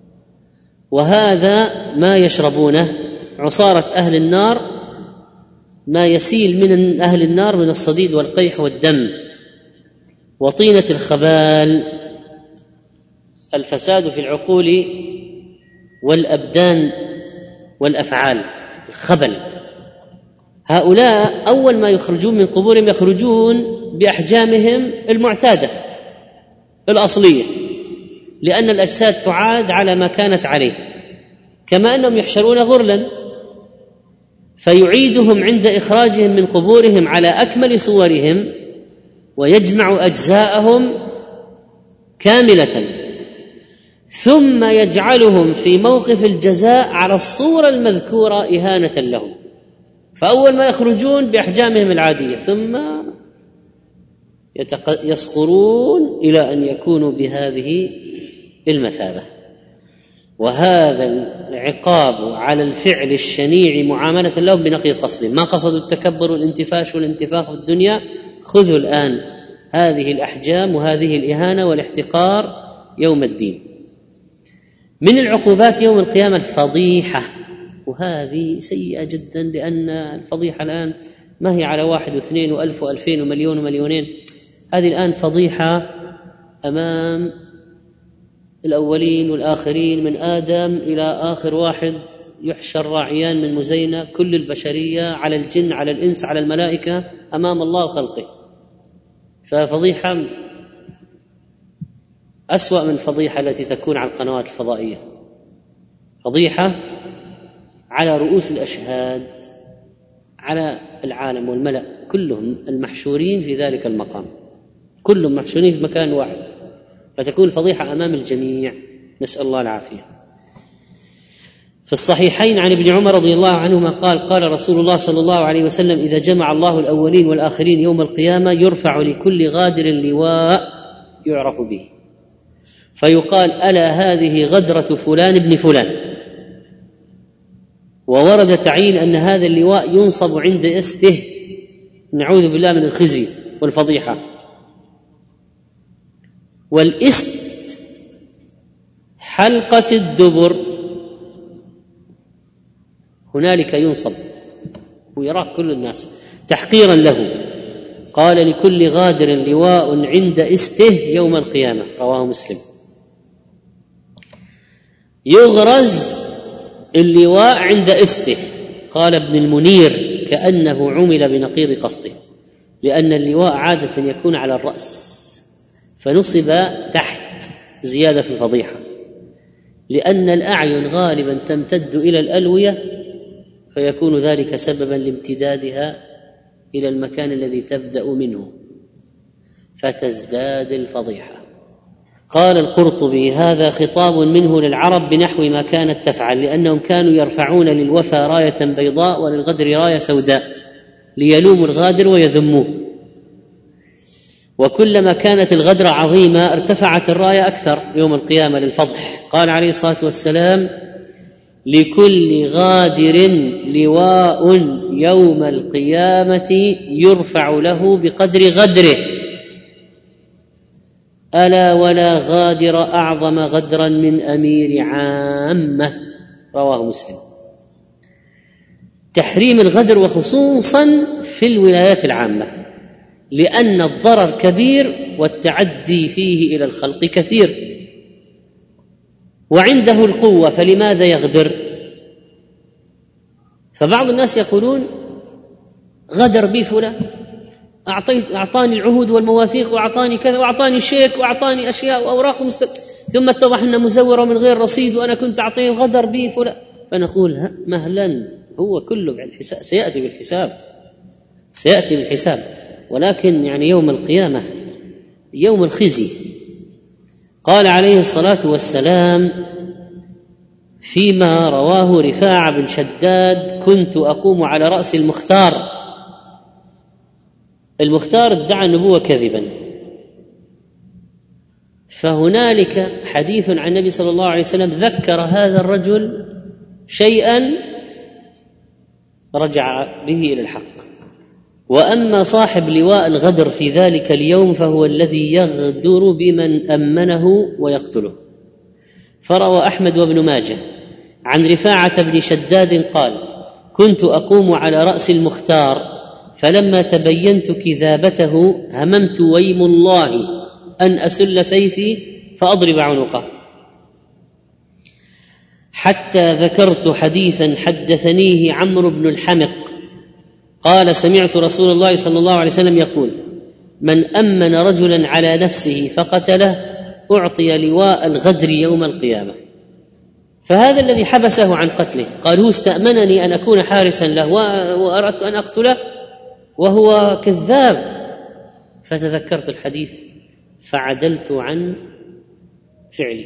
وهذا ما يشربونه عصارة أهل النار، ما يسيل من أهل النار من الصديد والقيح والدم وطينة الخبال، الفساد في العقول والأبدان والأفعال، الخبل. هؤلاء أول ما يخرجون من قبورهم يخرجون بأحجامهم المعتادة الأصلية، لأن الأجساد تعاد على ما كانت عليه، كما أنهم يحشرون غرلا، فيعيدهم عند إخراجهم من قبورهم على أكمل صورهم، ويجمع أجزاءهم كاملة، ثم يجعلهم في موقف الجزاء على الصورة المذكورة إهانة لهم. فأول ما يخرجون بأحجامهم العادية، ثم يصقرون إلى أن يكونوا بهذه المثابة. وهذا العقاب على الفعل الشنيع معاملة لهم بنقيض قصدهم، ما قصدوا التكبر والانتفاش والانتفاخ في الدنيا، خذوا الآن هذه الأحجام وهذه الإهانة والاحتقار يوم الدين. من العقوبات يوم القيامة الفضيحة، وهذه سيئة جدا، لأن الفضيحة الآن ما هي على واحد واثنين وألف وألفين ومليون ومليونين، هذه الآن فضيحة أمام الأولين والآخرين، من آدم إلى آخر واحد يحشر راعيان من مزينة، كل البشرية على الجن على الإنس على الملائكة أمام الله وخلقه. ففضيحة أسوأ من الفضيحة التي تكون على القنوات الفضائية، فضيحة على رؤوس الأشهاد، على العالم والملأ كلهم المحشورين في ذلك المقام، كلهم محشورين في مكان واحد، فتكون الفضيحة أمام الجميع، نسأل الله العافية. في الصحيحين عن ابن عمر رضي الله عنهما قال: قال رسول الله صلى الله عليه وسلم: إذا جمع الله الأولين والآخرين يوم القيامة يرفع لكل غادر لواء يعرف به، فيقال: ألا هذه غدرة فلان ابن فلان. وورد تعيين أن هذا اللواء ينصب عند استه، نعوذ بالله من الخزي والفضيحة. والإست حلقة الدبر، هنالك ينصب ويراه كل الناس تحقيرا له. قال: لكل غادر لواء عند استه يوم القيامة، رواه مسلم. يغرز اللواء عند استه، قال ابن المنير: كأنه عمل بنقيض قصده، لأن اللواء عادة يكون على الرأس فنصب تحت زيادة في الفضيحة، لأن الأعين غالبا تمتد إلى الألوية، فيكون ذلك سببا لامتدادها إلى المكان الذي تبدأ منه فتزداد الفضيحة. قال القرطبي: هذا خطاب منه للعرب بنحو ما كانت تفعل، لأنهم كانوا يرفعون للوفى راية بيضاء وللغدر راية سوداء ليلوموا الغادر ويذموه، وكلما كانت الغدرة عظيمة ارتفعت الراية أكثر يوم القيامة للفضح. قال عليه الصلاة والسلام: لكل غادر لواء يوم القيامة يرفع له بقدر غدره، ألا ولا غادر أعظم غدرا من أمير عامة، رواه مسلم. تحريم الغدر وخصوصا في الولايات العامة، لأن الضرر كبير والتعدي فيه إلى الخلق كثير، وعنده القوة فلماذا يغدر؟ فبعض الناس يقولون: غدر بي فلان، أعطيت أعطاني العهود والمواثيق وأعطاني كذا وأعطاني شيك وأعطاني أشياء وأوراق مست... ثم اتضح أنها مزورة من غير رصيد وأنا كنت أعطيه، غدر بي فلان. فنقول: مهلا، هو كله بالحساب، سيأتي بالحساب سيأتي بالحساب ولكن يعني يوم القيامة يوم الخزي. قال عليه الصلاة والسلام فيما رواه رفاعة بن شداد: كنت أقوم على رأس المختار. المختار ادعى النبوة كذبا، فهنالك حديث عن النبي صلى الله عليه وسلم ذكر هذا الرجل شيئا رجع به إلى الحق. وأما صاحب لواء الغدر في ذلك اليوم فهو الذي يغدر بمن أمنه ويقتله. فروى أحمد وابن ماجه عن رفاعة بن شداد قال: كنت أقوم على رأس المختار، فلما تبينت كذابته هممت ويم الله أن أسل سيفي فأضرب عنقه، حتى ذكرت حديثا حدثنيه عمرو بن الحمق قال: سمعت رسول الله صلى الله عليه وسلم يقول: من أمن رجلا على نفسه فقتله أعطي لواء الغدر يوم القيامة. فهذا الذي حبسه عن قتله قال: هو استأمنني أن أكون حارسا له وأردت أن أقتله وهو كذاب، فتذكرت الحديث فعدلت عن فعلي.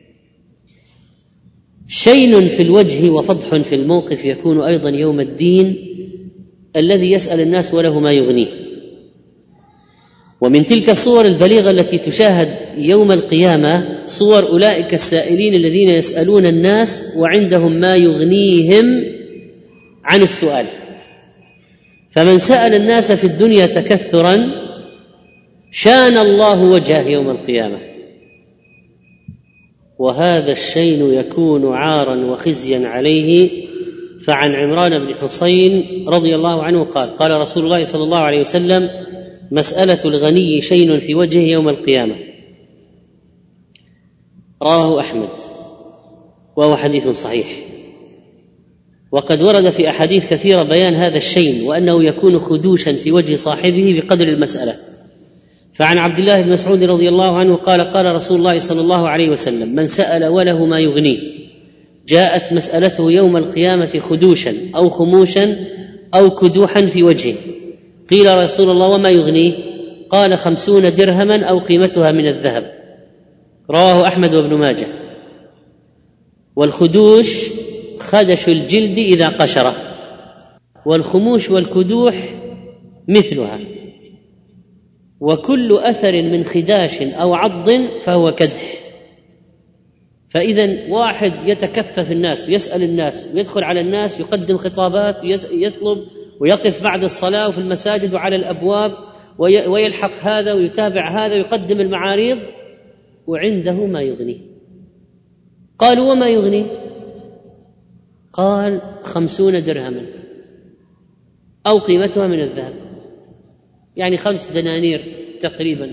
شين في الوجه وفضح في الموقف يكون أيضا يوم الدين، الذي يسأل الناس وله ما يغنيه. ومن تلك الصور البليغة التي تشاهد يوم القيامة صور أولئك السائلين الذين يسألون الناس وعندهم ما يغنيهم عن السؤال. فمن سأل الناس في الدنيا تكثرا شان الله وجهه يوم القيامة، وهذا الشين يكون عارا وخزيا عليه. فعن عمران بن حسين رضي الله عنه قال: قال رسول الله صلى الله عليه وسلم: مسألة الغني شين في وجهه يوم القيامة. رواه أحمد وهو حديث صحيح. وقد ورد في أحاديث كثيرة بيان هذا الشين وأنه يكون خدوشا في وجه صاحبه بقدر المسألة. فعن عبد الله بن مسعود رضي الله عنه قال: قال رسول الله صلى الله عليه وسلم: من سأل وله ما يغنيه جاءت مسألته يوم القيامة خدوشا أو خموشا أو كدوحا في وجهه. قيل: رسول الله وما يغنيه؟ قال: خمسون درهما أو قيمتها من الذهب. رواه أحمد وابن ماجه. والخدوش خدش الجلد إذا قشره، والخموش والكدوح مثلها، وكل أثر من خداش أو عض فهو كدح. فإذا واحد يتكفف الناس ويسأل الناس ويدخل على الناس ويقدم خطابات ويطلب ويقف بعد الصلاة وفي المساجد وعلى الأبواب ويلحق هذا ويتابع هذا ويقدم المعاريض وعنده ما يغني. قالوا: وما يغني؟ قال: خمسون درهما أو قيمتها من الذهب، يعني خمس دنانير تقريبا.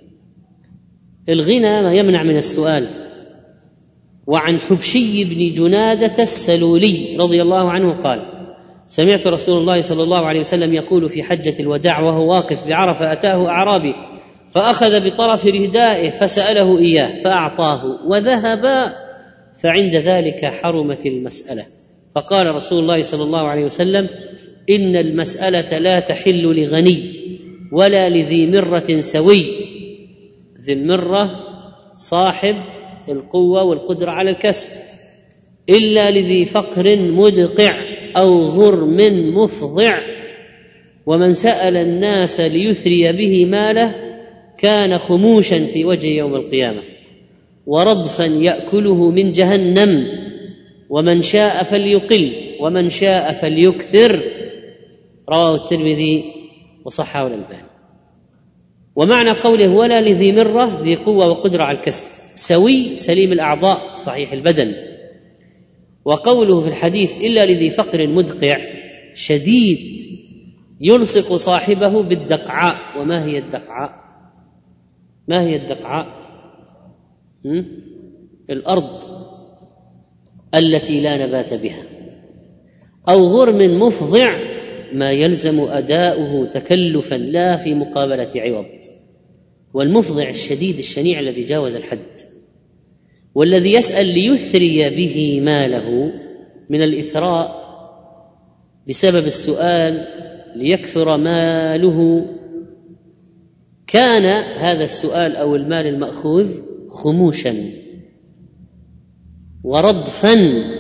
الغنى ما يمنع من السؤال. وعن حبشي بن جنادة السلولي رضي الله عنه قال: سمعت رسول الله صلى الله عليه وسلم يقول في حجة الوداع وهو واقف بعرفة: أتاه أعرابي فأخذ بطرف ردائه فسأله إياه فأعطاه وذهب، فعند ذلك حرمت المسألة. فقال رسول الله صلى الله عليه وسلم: إن المسألة لا تحل لغني ولا لذي مرة سوي. ذي المرة صاحب القوة والقدرة على الكسب، إلا لذي فقر مدقع أو غرم مفضع. ومن سأل الناس ليثري به ماله كان خموشا في وجه يوم القيامة ورضفا يأكله من جهنم. ومن شاء فليقل ومن شاء فليكثر. رواه الترمذي وصححه الألباني. ومعنى قوله: ولا لذي مرة، ذي قوة وقدرة على الكسب، سوي سليم الأعضاء صحيح البدن. وقوله في الحديث: إلا لذي فقر مدقع، شديد يلصق صاحبه بالدقعاء. وما هي الدقعاء؟ ما هي الدقعاء؟ م? الأرض التي لا نبات بها. أو غرم مفضع، ما يلزم أداؤه تكلفا لا في مقابلة عوض. والمفضع الشديد الشنيع الذي جاوز الحد. والذي يسأل ليثري به ماله من الإثراء بسبب السؤال ليكثر ماله، كان هذا السؤال أو المال المأخوذ خموشا ورضفا،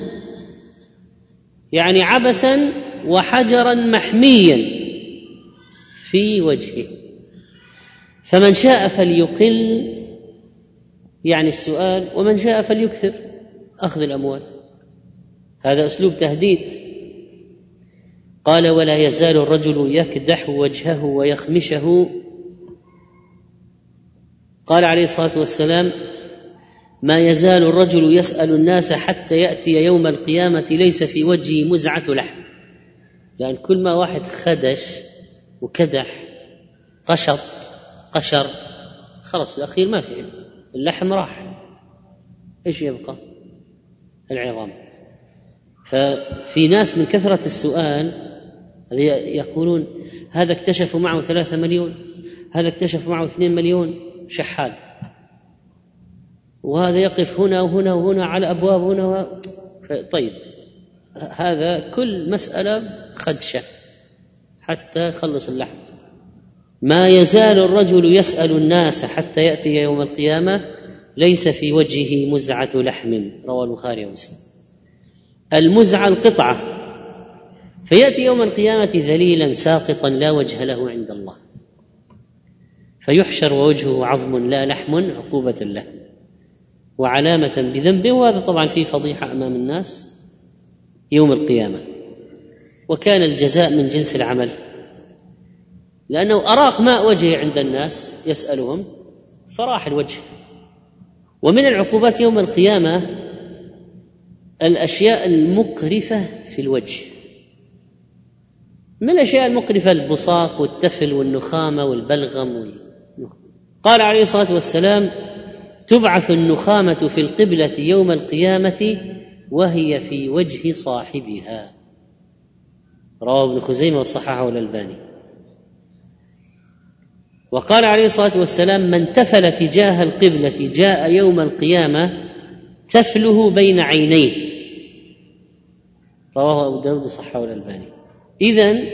يعني عبثا وحجرا محميا في وجهه. فمن شاء فليقل يعني السؤال، ومن شاء فليكثر أخذ الأموال. هذا أسلوب تهديد. قال: ولا يزال الرجل يكدح وجهه ويخمشه. قال عليه الصلاة والسلام: ما يزال الرجل يسأل الناس حتى يأتي يوم القيامة ليس في وجهه مزعة لحم. يعني كل ما واحد خدش وكدح قشط قشر خلص الأخير ما فيه، اللحم راح، إيش يبقى؟ العظام. ففي ناس من كثرة السؤال يقولون: هذا اكتشفوا معه ثلاثة مليون، هذا اكتشف معه اثنين مليون، شحال. وهذا يقف هنا وهنا وهنا على أبواب هنا و... طيب هذا كل مسألة خدشة حتى يخلص اللحم. ما يزال الرجل يسأل الناس حتى يأتي يوم القيامة ليس في وجهه مزعة لحم. رواه البخاري ومسلم. المزعة القطعة، فيأتي يوم القيامة ذليلا ساقطا لا وجه له عند الله. فيحشر ووجهه عظم لا لحم عقوبة له وعلامة بذنبه، وهذا طبعا فيه فضيحة أمام الناس يوم القيامة. وكان الجزاء من جنس العمل، لأنه أراق ماء وجهه عند الناس يسألهم فراح الوجه. ومن العقوبات يوم القيامة الأشياء المقرفة في الوجه. من الأشياء المقرفة البصاق والتفل والنخامة والبلغم. قال عليه الصلاة والسلام: تبعث النخامة في القبلة يوم القيامة وهي في وجه صاحبها. رواه ابن خزيمة وصححه الألباني. وقال عليه الصلاة والسلام: من تفل تجاه القبلة جاء يوم القيامة تفله بين عينيه. رواه أبو داود وصححه الألباني. إذن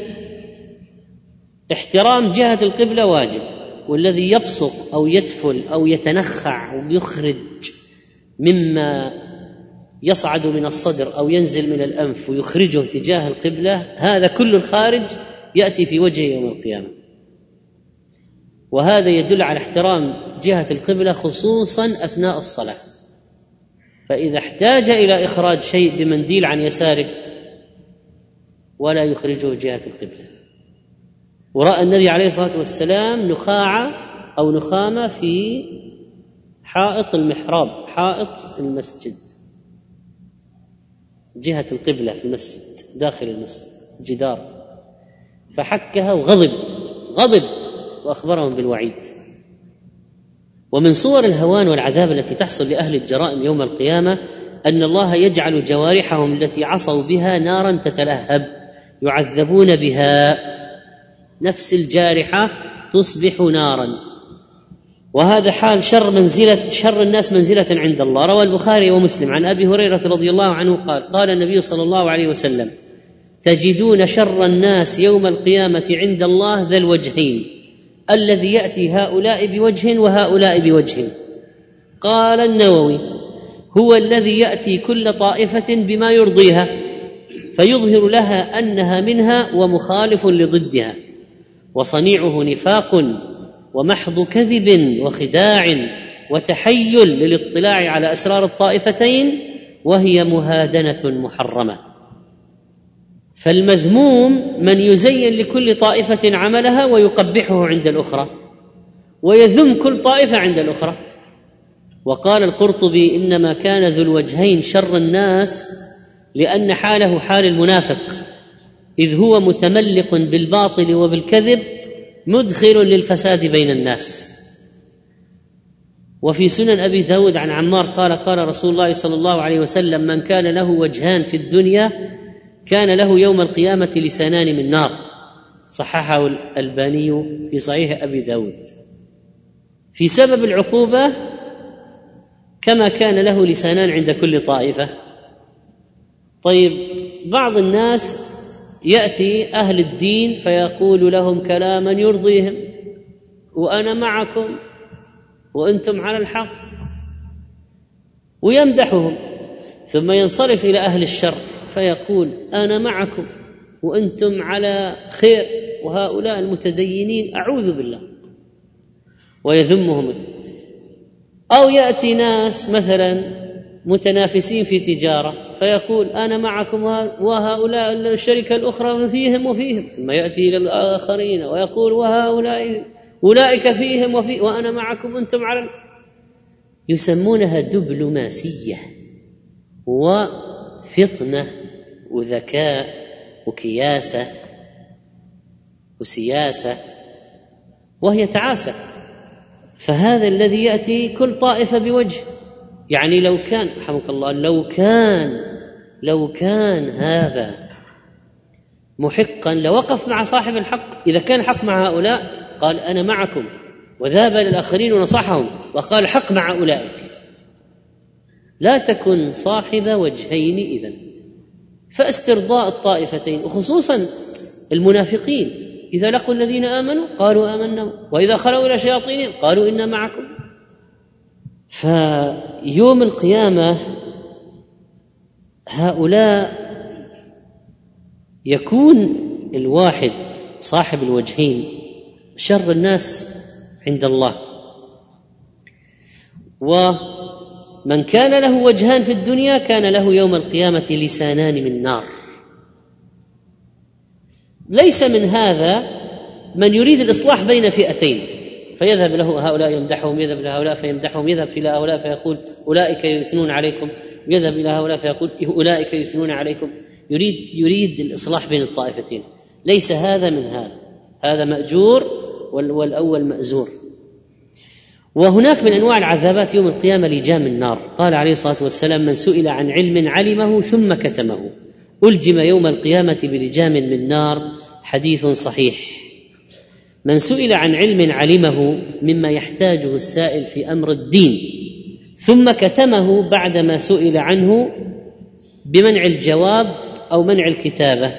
احترام جهة القبلة واجب، والذي يبصق أو يتفل أو يتنخع ويخرج مما يصعد من الصدر أو ينزل من الأنف ويخرجه تجاه القبلة، هذا كل الخارج يأتي في وجهه يوم القيامة. وهذا يدل على احترام جهة القبلة خصوصا أثناء الصلاة. فإذا احتاج إلى إخراج شيء بمنديل عن يساره ولا يخرجه جهة القبلة. ورأى النبي عليه الصلاة والسلام نخاعة أو نخامة في حائط المحراب، حائط المسجد، جهة القبلة في المسجد داخل المسجد جدار، فحكها وغضب غضب وأخبرهم بالوعيد. ومن صور الهوان والعذاب التي تحصل لأهل الجرائم يوم القيامة أن الله يجعل جوارحهم التي عصوا بها نارا تتلهب يعذبون بها، نفس الجارحة تصبح نارا. وهذا حال شر منزلة شر الناس منزلة عند الله. روى البخاري ومسلم عن أبي هريرة رضي الله عنه قال: قال النبي صلى الله عليه وسلم: تجدون شر الناس يوم القيامة عند الله ذا الوجهين، الذي يأتي هؤلاء بوجه وهؤلاء بوجه. قال النووي: هو الذي يأتي كل طائفة بما يرضيها فيظهر لها أنها منها ومخالف لضدها، وصنيعه نفاق ومحض كذب وخداع وتحيل للاطلاع على أسرار الطائفتين، وهي مهادنة محرمة. فالمذموم من يزين لكل طائفة عملها ويقبحه عند الأخرى، ويذم كل طائفة عند الأخرى. وقال القرطبي: إنما كان ذو الوجهين شر الناس لأن حاله حال المنافق، إذ هو متملق بالباطل وبالكذب مدخل للفساد بين الناس. وفي سنن أبي داود عن عمار قال: قال رسول الله صلى الله عليه وسلم: من كان له وجهان في الدنيا كان له يوم القيامة لسانان من نار. صححه الألباني في صحيح أبي داود. في سبب العقوبة كما كان له لسانان عند كل طائفة. طيب، بعض الناس يأتي أهل الدين فيقول لهم كلاما يرضيهم: وأنا معكم وأنتم على الحق، ويمدحهم، ثم ينصرف إلى أهل الشر فيقول: أنا معكم وأنتم على خير، وهؤلاء المتدينين أعوذ بالله، ويذمهم. أو يأتي ناس مثلا متنافسين في تجارة فيقول: أنا معكم وهؤلاء الشركة الأخرى فيهم وفيهم، ثم يأتي إلى الآخرين ويقول: وهؤلاء أولئك فيهم وفي وأنا معكم وأنتم على. يسمونها دبلوماسية وفطنة وذكاء وكياسة وسياسة، وهي تعاسة. فهذا الذي يأتي كل طائفة بوجه. يعني لو كان رحمك الله لو كان لو كان هذا محقا لوقف مع صاحب الحق. إذا كان حق مع هؤلاء قال: أنا معكم، وذهب للآخرين ونصحهم وقال: حق مع أولئك. لا تكن صاحب وجهين إذن. فاسترضاء الطائفتين، وخصوصا المنافقين، إذا لقوا الذين آمنوا قالوا آمنا، وإذا خلوا إلى شياطينهم قالوا إنا معكم. فيوم القيامة هؤلاء يكون الواحد صاحب الوجهين شر الناس عند الله. ومن كان له وجهان في الدنيا كان له يوم القيامة لسانان من نار. ليس من هذا من يريد الإصلاح بين فئتين فيذهب له هؤلاء يمدحهم، يذهب إلى هؤلاء فيمدحهم، يذهب إلى هؤلاء فيقول أولئك يثنون عليكم، يذهب إلى هؤلاء فيقول أولئك يثنون عليكم. يريد يريد الإصلاح بين الطائفتين. ليس هذا من هذا، هذا مأجور والأول مأزور. وهناك من أنواع العذابات يوم القيامة لجام النار. قال عليه الصلاة والسلام: من سئل عن علم علمه ثم كتمه ألجم يوم القيامة بلجام من نار. حديث صحيح. من سئل عن علم علمه مما يحتاجه السائل في أمر الدين ثم كتمه بعدما سئل عنه بمنع الجواب أو منع الكتابة،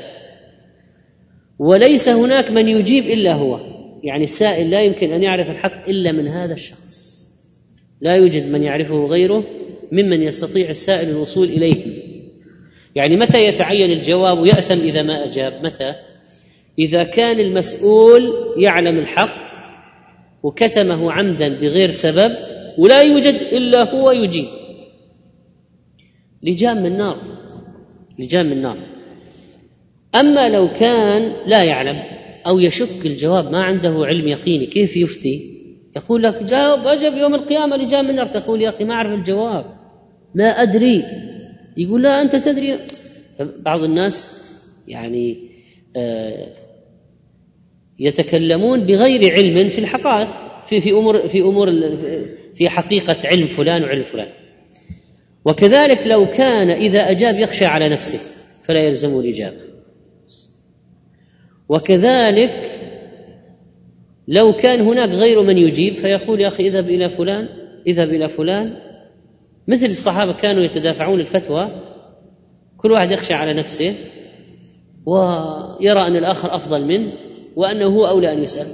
وليس هناك من يجيب إلا هو، يعني السائل لا يمكن أن يعرف الحق إلا من هذا الشخص، لا يوجد من يعرفه غيره ممن يستطيع السائل الوصول إليه. يعني متى يتعين الجواب ويأثم إذا ما أجاب؟ متى؟ إذا كان المسؤول يعلم الحق وكتمه عمدا بغير سبب ولا يوجد إلا هو يجيب. لجام من نار، لجام من نار. أما لو كان لا يعلم أو يشك الجواب، ما عنده علم يقيني، كيف يفتي؟ يقول لك جاوب أجب يوم القيامة لجام من نار. تقول يا أخي ما أعرف الجواب، ما أدري. يقول لا أنت تدري. بعض الناس يعني آه يتكلمون بغير علم في الحقائق، في في امور في امور في حقيقه علم فلان وعلم فلان. وكذلك لو كان اذا اجاب يخشى على نفسه فلا يلزمه الاجابه. وكذلك لو كان هناك غير من يجيب فيقول يا اخي اذهب الى فلان، اذهب الى فلان. مثل الصحابه كانوا يتدافعون الفتوى، كل واحد يخشى على نفسه ويرى ان الاخر افضل منه وأنه هو أولى أن يسأل.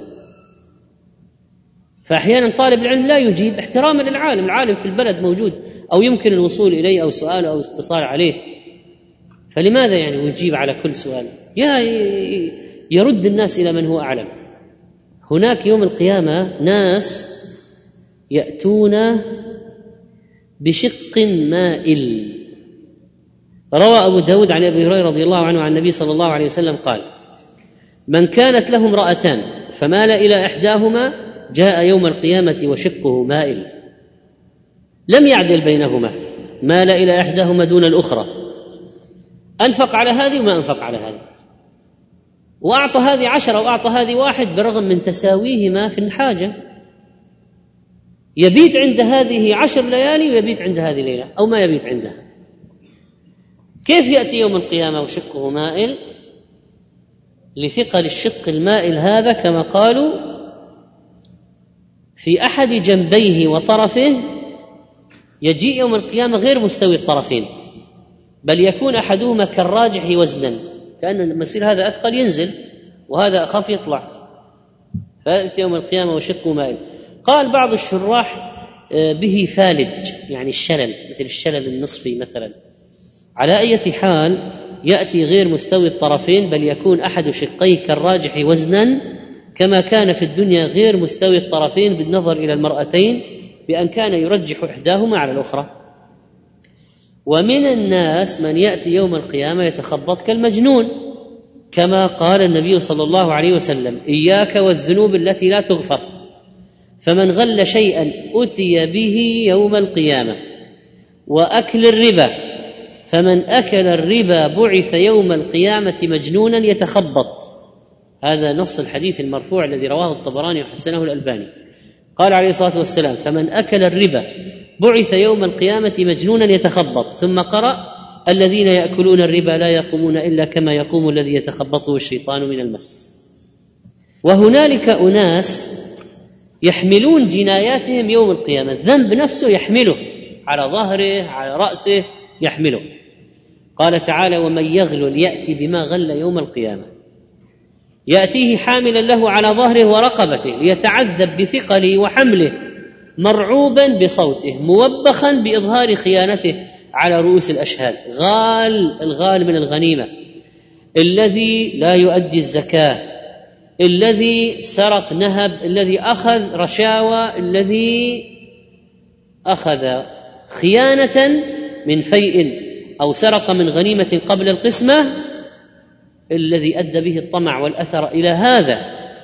فأحيانا طالب العلم لا يجيب احتراما للعالم، العالم في البلد موجود أو يمكن الوصول إليه أو سؤاله أو اتصال عليه، فلماذا يعني يجيب على كل سؤال؟ يا يرد الناس إلى من هو أعلم. هناك يوم القيامة ناس يأتون بشق مائل. روى أبو داود عن أبي هريرة رضي الله عنه عن النبي صلى الله عليه وسلم قال: من كانت له امرأتان فمال إلى إحداهما جاء يوم القيامة وشقه مائل، لم يعدل بينهما، مال إلى إحداهما دون الأخرى، أنفق على هذه وما أنفق على هذه، وأعطى هذه عشرة وأعطى هذه واحد برغم من تساويهما في الحاجة. يبيت عند هذه عشر ليالي ويبيت عند هذه ليلة أو ما يبيت عندها. كيف يأتي يوم القيامة وشقه مائل؟ لثقل الشق المائل هذا كما قالوا في أحد جنبيه وطرفه، يجيء يوم القيامة غير مستوي الطرفين، بل يكون أحدهما كالراجح وزنا، كأن المسير هذا أثقل ينزل وهذا أخف يطلع، فيأتي يوم القيامة وشقه مائل. قال بعض الشراح به فالج، يعني الشلل، مثل الشلل النصفي مثلا. على أي حال يأتي غير مستوي الطرفين، بل يكون أحد شقيه كالراجح وزنا، كما كان في الدنيا غير مستوي الطرفين بالنظر إلى المرأتين بأن كان يرجح إحداهما على الأخرى. ومن الناس من يأتي يوم القيامة يتخبط كالمجنون، كما قال النبي صلى الله عليه وسلم: إياك والذنوب التي لا تغفر، فمن غل شيئا أتي به يوم القيامة. وأكل الربا، فمن أكل الربا بعث يوم القيامة مجنونا يتخبط. هذا نص الحديث المرفوع الذي رواه الطبراني وحسنه الألباني. قال عليه الصلاة والسلام: فمن أكل الربا بعث يوم القيامة مجنونا يتخبط. ثم قرأ: الذين يأكلون الربا لا يقومون إلا كما يقوم الذي يتخبطه الشيطان من المس. وهنالك أناس يحملون جناياتهم يوم القيامة، الذنب نفسه يحمله على ظهره على رأسه يحمله. قال تعالى: ومن يغلل يأتي بما غل يوم القيامة، يأتيه حاملا له على ظهره ورقبته ليتعذب بثقله وحمله، مرعوبا بصوته، موبخا بإظهار خيانته على رؤوس الأشهاد. غال، الغال من الغنيمة، الذي لا يؤدي الزكاة، الذي سرق نهب، الذي أخذ رشاوى، الذي أخذ خيانة من فيء أو سرق من غنيمة قبل القسمة، الذي أدى به الطمع والأثر إلى هذا.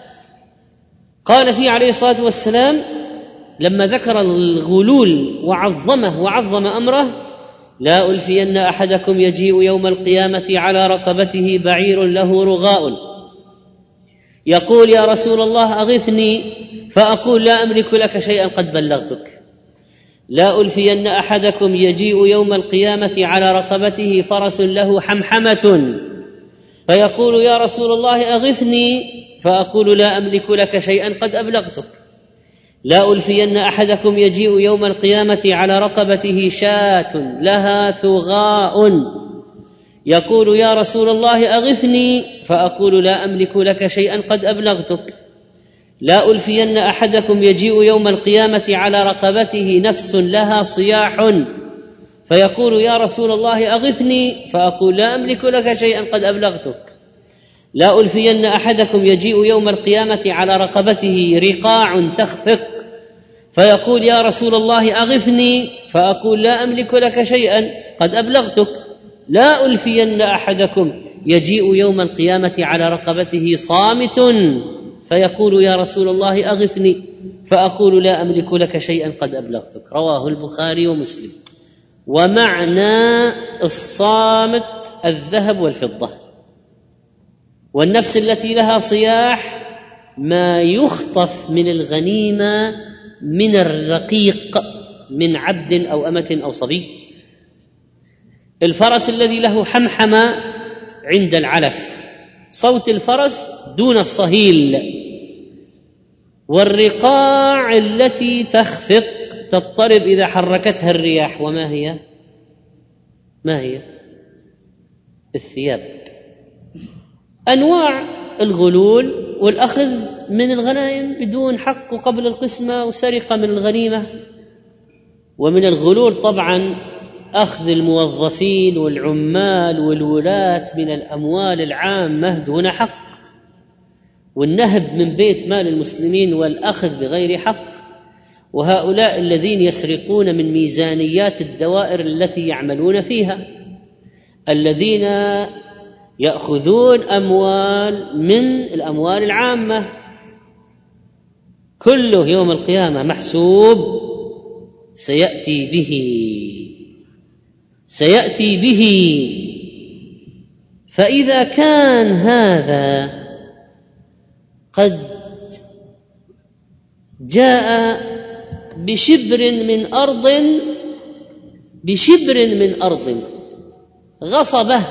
قال فيه عليه الصلاة والسلام لما ذكر الغلول وعظمه وعظم أمره: لا ألفين أحدكم يجيء يوم القيامة على رقبته بعير له رغاء يقول: يا رسول الله أغثني، فأقول: لا أملك لك شيئا قد بلغتك. لا ألفين أحدكم يجيء يوم القيامة على رقبته فرس له حمحمة فيقول: يا رسول الله أغثني، فأقول: لا أملك لك شيئا قد أبلغتك. لا ألفين أحدكم يجيء يوم القيامة على رقبته شاة لها ثغاء يقول: يا رسول الله أغثني، فأقول: لا أملك لك شيئا قد أبلغتك. لا ألفين أحدكم يجيء يوم القيامة على رقبته نفس لها صياح فيقول: يا رسول الله أغثني، فأقول: لا أملك لك شيئا قد أبلغتك. لا ألفين أحدكم يجيء يوم القيامة على رقبته رقاع تخفق فيقول: يا رسول الله أغثني، فأقول: لا أملك لك شيئا قد أبلغتك. لا ألفين أحدكم يجيء يوم القيامة على رقبته صامت فيقول: يا رسول الله أغثني، فأقول: لا أملك لك شيئا قد أبلغتك. رواه البخاري ومسلم. ومعنى الصامت الذهب والفضة، والنفس التي لها صياح ما يخطف من الغنيمة من الرقيق من عبد أو أمة أو صبي. الفرس الذي له حمحمة عند العلف، صوت الفرس دون الصهيل. والرقاع التي تخفق تضطرب إذا حركتها الرياح، وما هي؟ ما هي؟ الثياب. أنواع الغلول والأخذ من الغنائم بدون حق وقبل القسمة وسرقة من الغنيمة. ومن الغلول طبعا أخذ الموظفين والعمال والولاة من الأموال العامة دون حق، والنهب من بيت مال المسلمين والأخذ بغير حق. وهؤلاء الذين يسرقون من ميزانيات الدوائر التي يعملون فيها، الذين يأخذون أموال من الأموال العامة، كله يوم القيامة محسوب، سيأتي به سيأتي به فإذا كان هذا قد جاء بشبر من أرض بشبر من أرض غصبه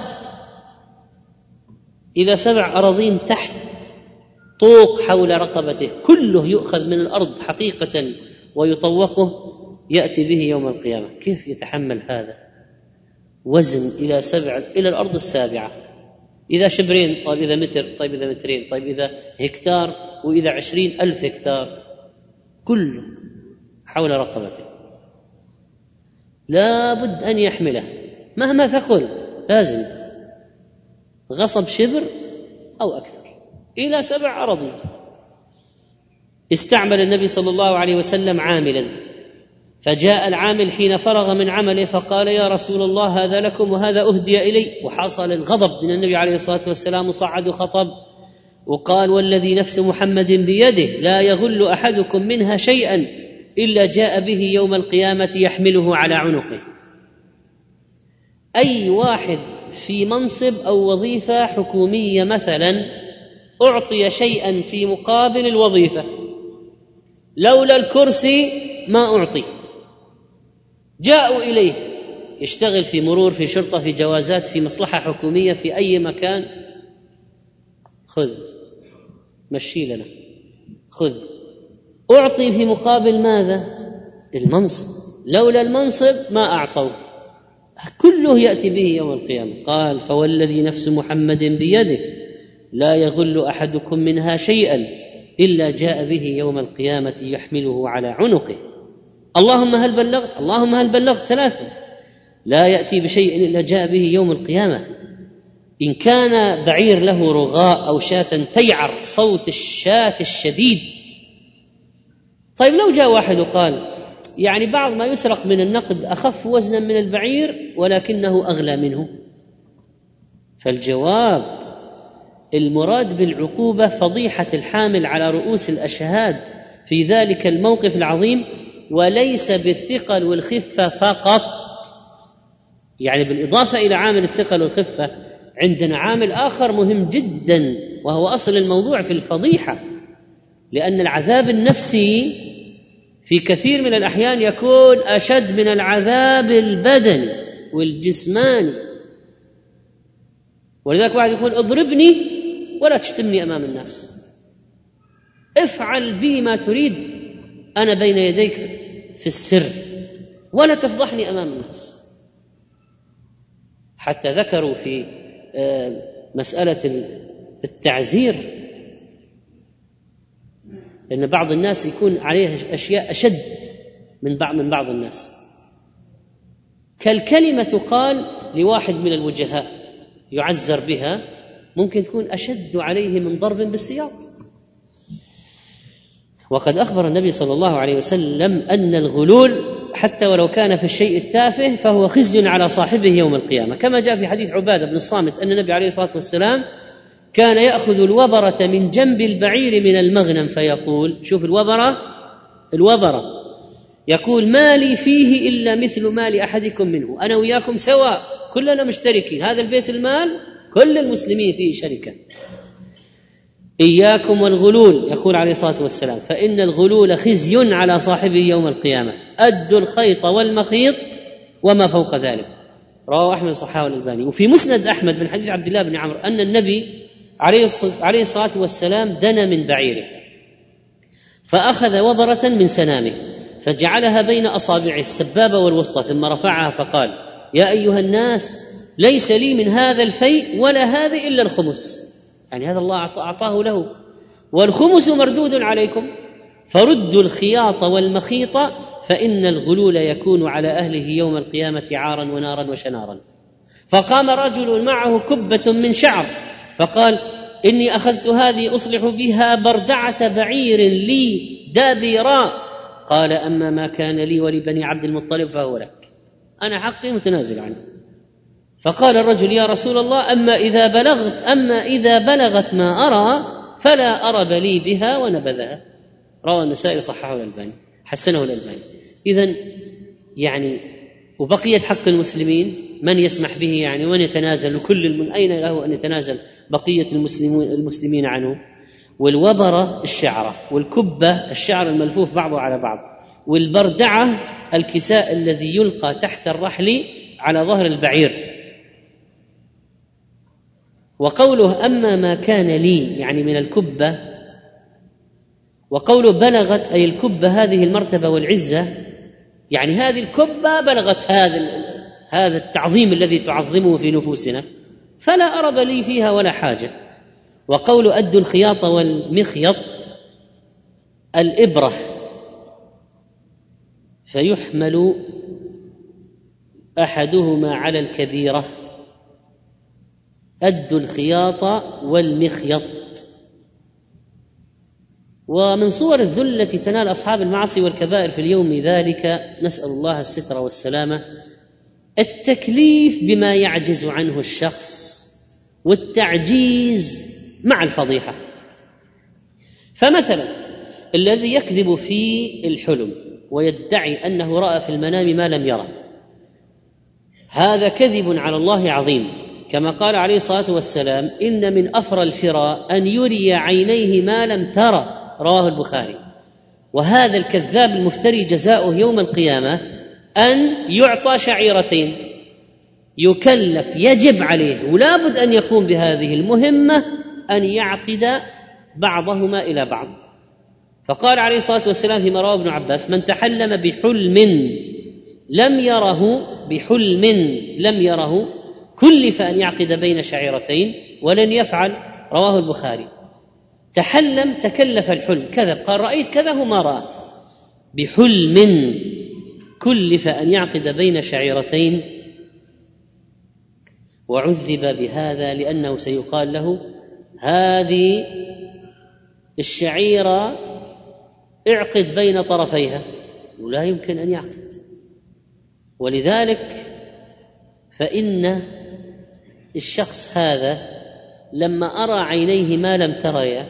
إلى سبع أراضين تحت طوق حول رقبته، كله يؤخذ من الأرض حقيقة ويطوقه، يأتي به يوم القيامة. كيف يتحمل هذا وزن إلى سبع إلى الأرض السابعة؟ إذا شبرين، طيب إذا متر، طيب إذا مترين، طيب إذا هكتار، وإذا عشرين ألف هكتار، كله حول رقبته. لا بد أن يحمله مهما ثقل، لازم غصب شبر أو أكثر إلى سبع أراضين. استعمل النبي صلى الله عليه وسلم عاملا، فجاء العامل حين فرغ من عمله فقال: يا رسول الله هذا لكم وهذا أهدي إلي. وحصل الغضب من النبي عليه الصلاة والسلام وصعد خطب وقال: والذي نفس محمد بيده لا يغل أحدكم منها شيئا إلا جاء به يوم القيامة يحمله على عنقه. أي واحد في منصب أو وظيفة حكومية مثلا أعطي شيئا في مقابل الوظيفة، لولا الكرسي ما أعطي. جاءوا إليه يشتغل في مرور، في شرطة، في جوازات، في مصلحة حكومية، في أي مكان، خذ مشي لنا، خذ. أعطي في مقابل ماذا؟ المنصب. لولا المنصب ما أعطوا. كله يأتي به يوم القيامة. قال: فوالذي نفس محمد بيده لا يغل أحدكم منها شيئا إلا جاء به يوم القيامة يحمله على عنقه. اللهم هل بلغت؟ اللهم هل بلغت؟ ثلاثة. لا يأتي بشيء إلا جاء به يوم القيامة. إن كان بعير له رغاء أو شاة تيعر صوت الشاة الشديد. طيب لو جاء واحد وقال يعني بعض ما يسرق من النقد أخف وزنا من البعير ولكنه أغلى منه، فالجواب المراد بالعقوبة فضيحة الحامل على رؤوس الأشهاد في ذلك الموقف العظيم، وليس بالثقل والخفة فقط. يعني بالإضافة إلى عامل الثقل والخفة عندنا عامل آخر مهم جدا، وهو أصل الموضوع في الفضيحة، لأن العذاب النفسي في كثير من الأحيان يكون أشد من العذاب البدني والجسماني. ولذلك واحد يقول اضربني ولا تشتمني أمام الناس، افعل بي ما تريد أنا بين يديك في السر ولا تفضحني أمام الناس. حتى ذكروا في مسألة التعزير أن بعض الناس يكون عليه أشياء أشد من بعض من بعض الناس، كالكلمة تقال لواحد من الوجهاء يعزر بها ممكن تكون أشد عليه من ضرب بالسياط. وقد أخبر النبي صلى الله عليه وسلم أن الغلول حتى ولو كان في الشيء التافه فهو خزي على صاحبه يوم القيامة، كما جاء في حديث عبادة بن الصامت أن النبي عليه الصلاة والسلام كان يأخذ الوبرة من جنب البعير من المغنم فيقول، شوف الوبرة الوبرة يقول ما لي فيه إلا مثل مال أحدكم منه، أنا وياكم سواء كلنا مشتركين، هذا البيت المال كل المسلمين فيه شركة. إياكم والغلول يقول عليه الصلاة والسلام فإن الغلول خزي على صاحبه يوم القيامة، أدوا الخيط والمخيط وما فوق ذلك. رواه أحمد صححه الألباني. وفي مسند أحمد من حديث عبد الله بن عمرو أن النبي عليه الصلاة والسلام دنا من بعيره فأخذ وبرة من سنامه فجعلها بين أصابعه السبابة والوسطى ثم رفعها فقال يا أيها الناس ليس لي من هذا الفيء ولا هذا إلا الخمس، يعني هذا الله أعطاه له، والخمس مردود عليكم فردوا الخياط والمخيط فإن الغلول يكون على أهله يوم القيامة عارا ونارا وشنارا. فقام رجل معه كبة من شعر فقال إني أخذت هذه أصلح بها بردعة بعير لي دابيراء، قال أما ما كان لي ولبني عبد المطلب فهو لك، أنا حقي متنازل عنه. فقال الرجل يا رسول الله أما إذا بلغت أما إذا بلغت ما أرى فلا أرب لي بها ونبذها. رواه النسائي صححه الألباني حسنه الألباني. إذن يعني وبقية حق المسلمين من يسمح به يعني ومن يتنازل، كل من أين له أن يتنازل بقية المسلمين عنه. والوبرة الشعرة، والكبة الشعر الملفوف بعضه على بعض، والبردعة الكساء الذي يلقى تحت الرحل على ظهر البعير. وقوله أما ما كان لي يعني من الكبة، وقوله بلغت أي الكبة هذه المرتبة والعزة، يعني هذه الكبة بلغت هذا هذا التعظيم الذي تعظمه في نفوسنا فلا أرب لي فيها ولا حاجة. وقول أدوا الخياط والمخيط الإبرة فيحمل أحدهما على الكبيرة، أدوا الخياط والمخيط. ومن صور الذل التي تنال أصحاب المعاصي والكبائر في اليوم ذلك نسأل الله الستر والسلامة التكليف بما يعجز عنه الشخص والتعجيز مع الفضيحة. فمثلا الذي يكذب في الحلم ويدعي أنه رأى في المنام ما لم يره، هذا كذب على الله عظيم، كما قال عليه الصلاة والسلام إن من أفرى الفرى أن يري عينيه ما لم ترى، رواه البخاري. وهذا الكذاب المفتري جزاؤه يوم القيامة أن يعطى شعيرتين، يكلف يجب عليه ولا بد أن يقوم بهذه المهمة أن يعقد بعضهما إلى بعض. فقال عليه الصلاة والسلام فيما رواه ابن عباس من تحلم بحلم لم يره بحلم لم يره كلف أن يعقد بين شعيرتين ولن يفعل، رواه البخاري. تحلم تكلف الحلم كذب، قال رأيت كذا وما رأى، بحلم كلف أن يعقد بين شعيرتين وعذب بهذا لأنه سيقال له هذه الشعيرة اعقد بين طرفيها، ولا يمكن أن يعقد. ولذلك فإن الشخص هذا لما أرى عينيه ما لم تريا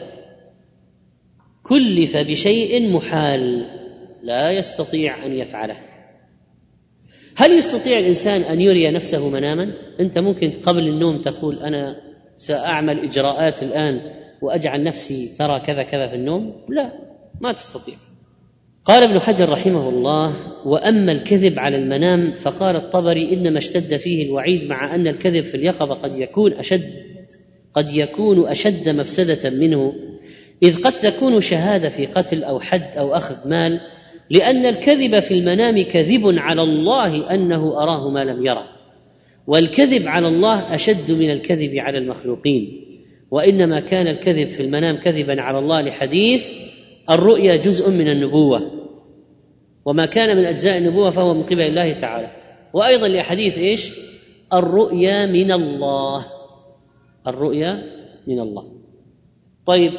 كلف بشيء محال لا يستطيع أن يفعله. هل يستطيع الإنسان أن يري نفسه مناما؟ أنت ممكن قبل النوم تقول أنا سأعمل إجراءات الآن وأجعل نفسي ترى كذا كذا في النوم؟ لا، ما تستطيع. قال ابن حجر رحمه الله: وأما الكذب على المنام فقال الطبري إنما اشتد فيه الوعيد، مع أن الكذب في اليقظة قد يكون أشد قد يكون أشد مفسدة منه، إذ قد تكون شهادة في قتل أو حد أو أخذ مال، لأن الكذب في المنام كذب على الله أنه أراه ما لم يره، والكذب على الله أشد من الكذب على المخلوقين. وإنما كان الكذب في المنام كذبا على الله لحديث الرؤيا جزء من النبوة، وما كان من أجزاء النبوة فهو من قبل الله تعالى. وأيضا لحديث إيش؟ الرؤيا من الله، الرؤيا من الله. طيب،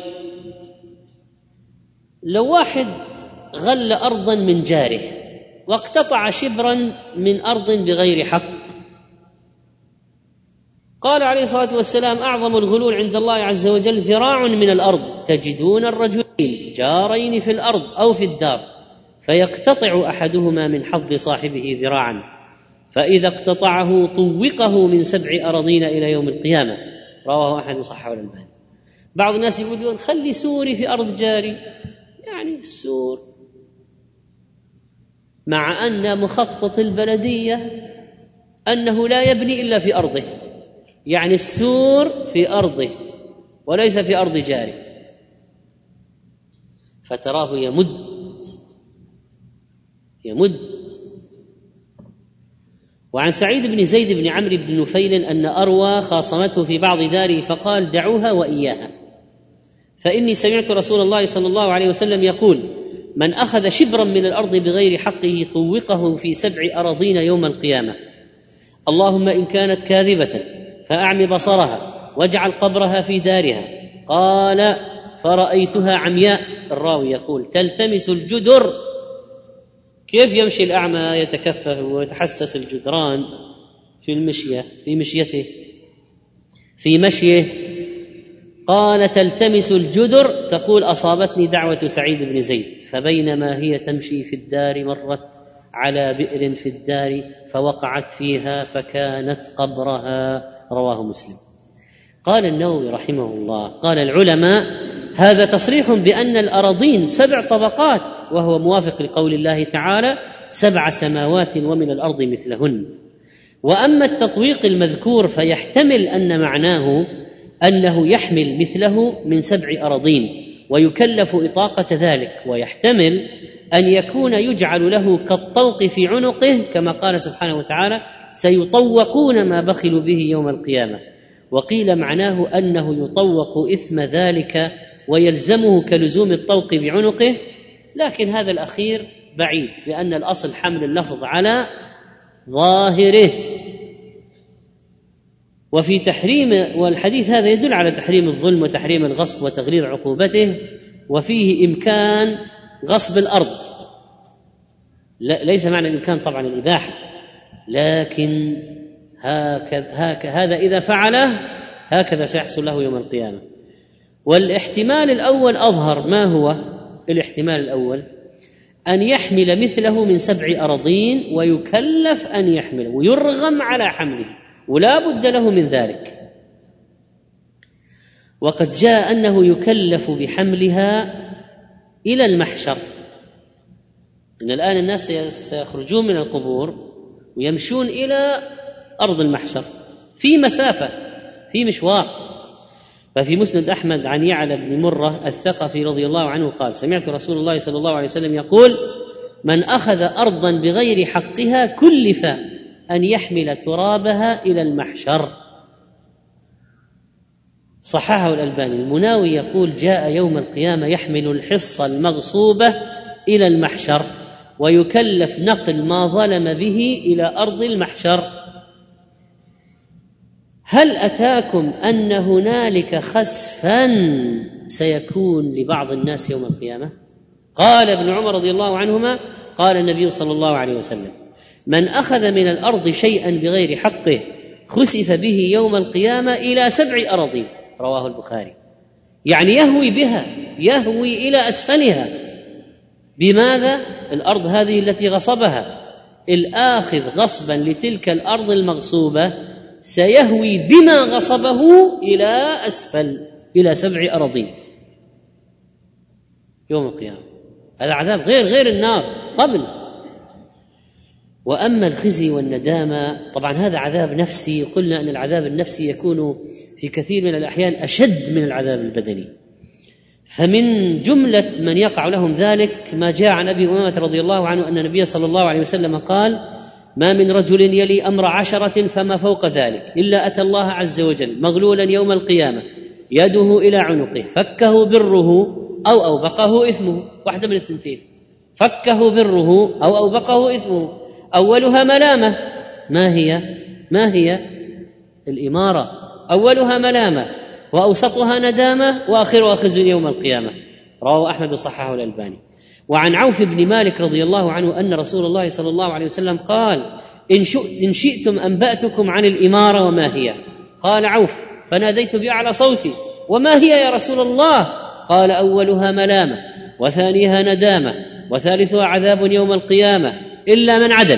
لو واحد غل أرضا من جاره واقتطع شبرا من أرض بغير حق، قال عليه الصلاة والسلام: أعظم الغلول عند الله عز وجل ذراع من الأرض تجدون الرجلين جارين في الأرض أو في الدار، فيقتطع أحدهما من حظ صاحبه ذراعا، فإذا اقتطعه طوقه من سبع أراضين إلى يوم القيامة. رواه أحد صححه الألباني. بعض الناس يقولون خلي سوري في أرض جاري، يعني السور، مع أن مخطط البلدية أنه لا يبني إلا في أرضه، يعني السور في أرضه وليس في أرض جاره، فتراه يمد يمد وعن سعيد بن زيد بن عمرو بن نفيل أن أروى خاصمته في بعض داره فقال: دعوها وإياها، فإني سمعت رسول الله صلى الله عليه وسلم يقول: من أخذ شبرا من الأرض بغير حقه طوقه في سبع أراضين يوم القيامة. اللهم إن كانت كاذبة فأعم بصرها واجعل قبرها في دارها. قال: فرأيتها عمياء. الراوي يقول: تلتمس الجدر. كيف يمشي الأعمى يتكفف ويتحسس الجدران في المشية في مشيته في مشيه؟ قال: تلتمس الجدر، تقول: أصابتني دعوة سعيد بن زيد، فبينما هي تمشي في الدار مرت على بئر في الدار فوقعت فيها فكانت قبرها. رواه مسلم. قال النووي رحمه الله: قال العلماء: هذا تصريح بأن الأراضين سبع طبقات، وهو موافق لقول الله تعالى: سبع سماوات ومن الأرض مثلهن. وأما التطويق المذكور فيحتمل أن معناه أنه يحمل مثله من سبع أراضين ويكلف إطاقة ذلك، ويحتمل أن يكون يجعل له كالطوق في عنقه، كما قال سبحانه وتعالى: سيطوقون ما بخلوا به يوم القيامة. وقيل معناه أنه يطوق إثم ذلك ويلزمه كلزوم الطوق بعنقه، لكن هذا الأخير بعيد، لأن الأصل حمل اللفظ على ظاهره. وفي تحريم، والحديث هذا يدل على تحريم الظلم وتحريم الغصب وتغليظ عقوبته، وفيه إمكان غصب الأرض، ليس معنى الإمكان طبعا الإباحة، لكن هكذا, هكذا هذا إذا فعله هكذا سيحصل له يوم القيامة. والاحتمال الأول أظهر. ما هو الاحتمال الأول؟ أن يحمل مثله من سبع أراضين ويكلف أن يحمله ويرغم على حمله ولا بد له من ذلك. وقد جاء أنه يكلف بحملها إلى المحشر، إن الآن الناس سيخرجون من القبور ويمشون إلى أرض المحشر في مسافة، في مشوار. ففي مسند أحمد عن يعلى بن مرة الثقفي رضي الله عنه قال: سمعت رسول الله صلى الله عليه وسلم يقول: من أخذ أرضا بغير حقها كلف أن يحمل ترابها إلى المحشر. صححه الألباني. المناوي يقول: جاء يوم القيامة يحمل الحصة المغصوبة إلى المحشر ويكلف نقل ما ظلم به إلى أرض المحشر. هل أتاكم أن هنالك خسفا سيكون لبعض الناس يوم القيامة؟ قال ابن عمر رضي الله عنهما قال النبي صلى الله عليه وسلم: من أخذ من الأرض شيئا بغير حقه خسف به يوم القيامة إلى سبع أراضين. رواه البخاري. يعني يهوي بها، يهوي إلى أسفلها. بماذا؟ الأرض هذه التي غصبها. الآخذ غصبا لتلك الأرض المغصوبة سيهوي بما غصبه إلى أسفل، إلى سبع أراضين يوم القيامة. هذا عذاب غير غير النار قبل. وأما الخزي والندامة طبعا هذا عذاب نفسي. قلنا أن العذاب النفسي يكون في كثير من الأحيان أشد من العذاب البدني. فمن جملة من يقع لهم ذلك ما جاء عن أبي أمامة رضي الله عنه أن النبي صلى الله عليه وسلم قال: ما من رجل يلي أمر عشرة فما فوق ذلك إلا أتى الله عز وجل مغلولا يوم القيامة يده إلى عنقه فكه بره أو أوبقه إثمه. واحدة من الثنتين: فكه بره أو أوبقه إثمه. أولها ملامة. ما هي؟ ما هي؟ الإمارة. أولها ملامة وأوسطها ندامة وآخرها خزي يوم القيامة. رواه أحمد وصححه الألباني. وعن عوف بن مالك رضي الله عنه أن رسول الله صلى الله عليه وسلم قال: إن شئتم أنبأتكم عن الإمارة وما هي. قال عوف: فناديت بأعلى صوتي: وما هي يا رسول الله؟ قال: أولها ملامة وثانيها ندامة وثالثها عذاب يوم القيامة إلا من عدل.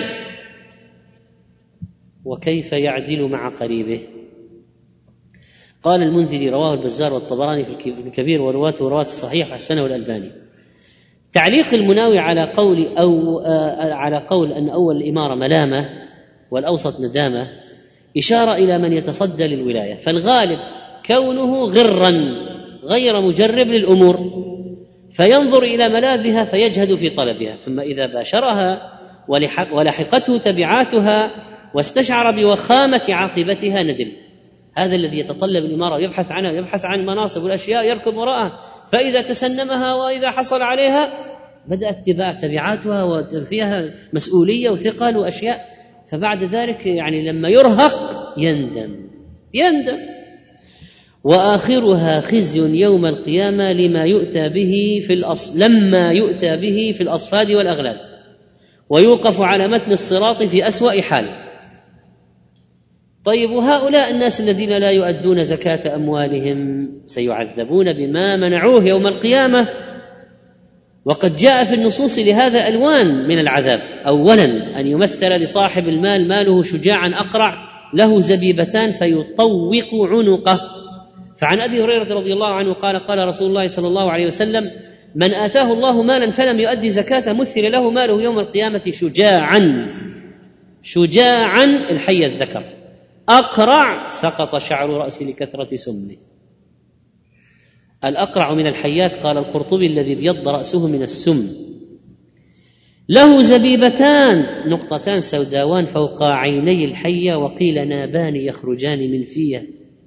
وكيف يعدل مع قريبه؟ قال المنذري: رواه البزار والطبراني في الكبير ورواته رواة الصحيح حسنه الألباني. تعليق المناوي على قول أو آه على قول أن أول الإمارة ملامة والأوسط ندامة إشارة إلى من يتصدى للولاية، فالغالب كونه غرا غير مجرب للأمور فينظر إلى ملاذها فيجهد في طلبها، ثم إذا باشرها ولحقته تبعاتها واستشعر بوخامة عاقبتها ندم. هذا الذي يتطلب الإمارة ويبحث عنها، يبحث عن المناصب والأشياء يركض وراءها، فإذا تسنمها وإذا حصل عليها بدأت اتباع تبعاتها وفيها مسؤولية وثقل وأشياء، فبعد ذلك يعني لما يرهق يندم يندم. وآخرها خزي يوم القيامة لما يؤتى به في الأص... لما يؤتى به في الأصفاد والأغلال ويوقف على متن الصراط في أسوأ حال. طيب، وهؤلاء الناس الذين لا يؤدون زكاة أموالهم سيعذبون بما منعوه يوم القيامة. وقد جاء في النصوص لهذا ألوان من العذاب. أولا أن يمثل لصاحب المال ماله شجاعا أقرع له زبيبتان فيطوق عنقه. فعن أبي هريرة رضي الله عنه قال: قال رسول الله صلى الله عليه وسلم: من آتاه الله مالا فلم يؤدي زكاة مثل له ماله يوم القيامة شجاعا شجاعا الحي الذكر أقرع سقط شعر رأسه لكثرة سمه. الأقرع من الحيات قال القرطبي: الذي بيض رأسه من السم. له زبيبتان نقطتان سوداوان فوق عيني الحية، وقيل نابان يخرجان من فيه،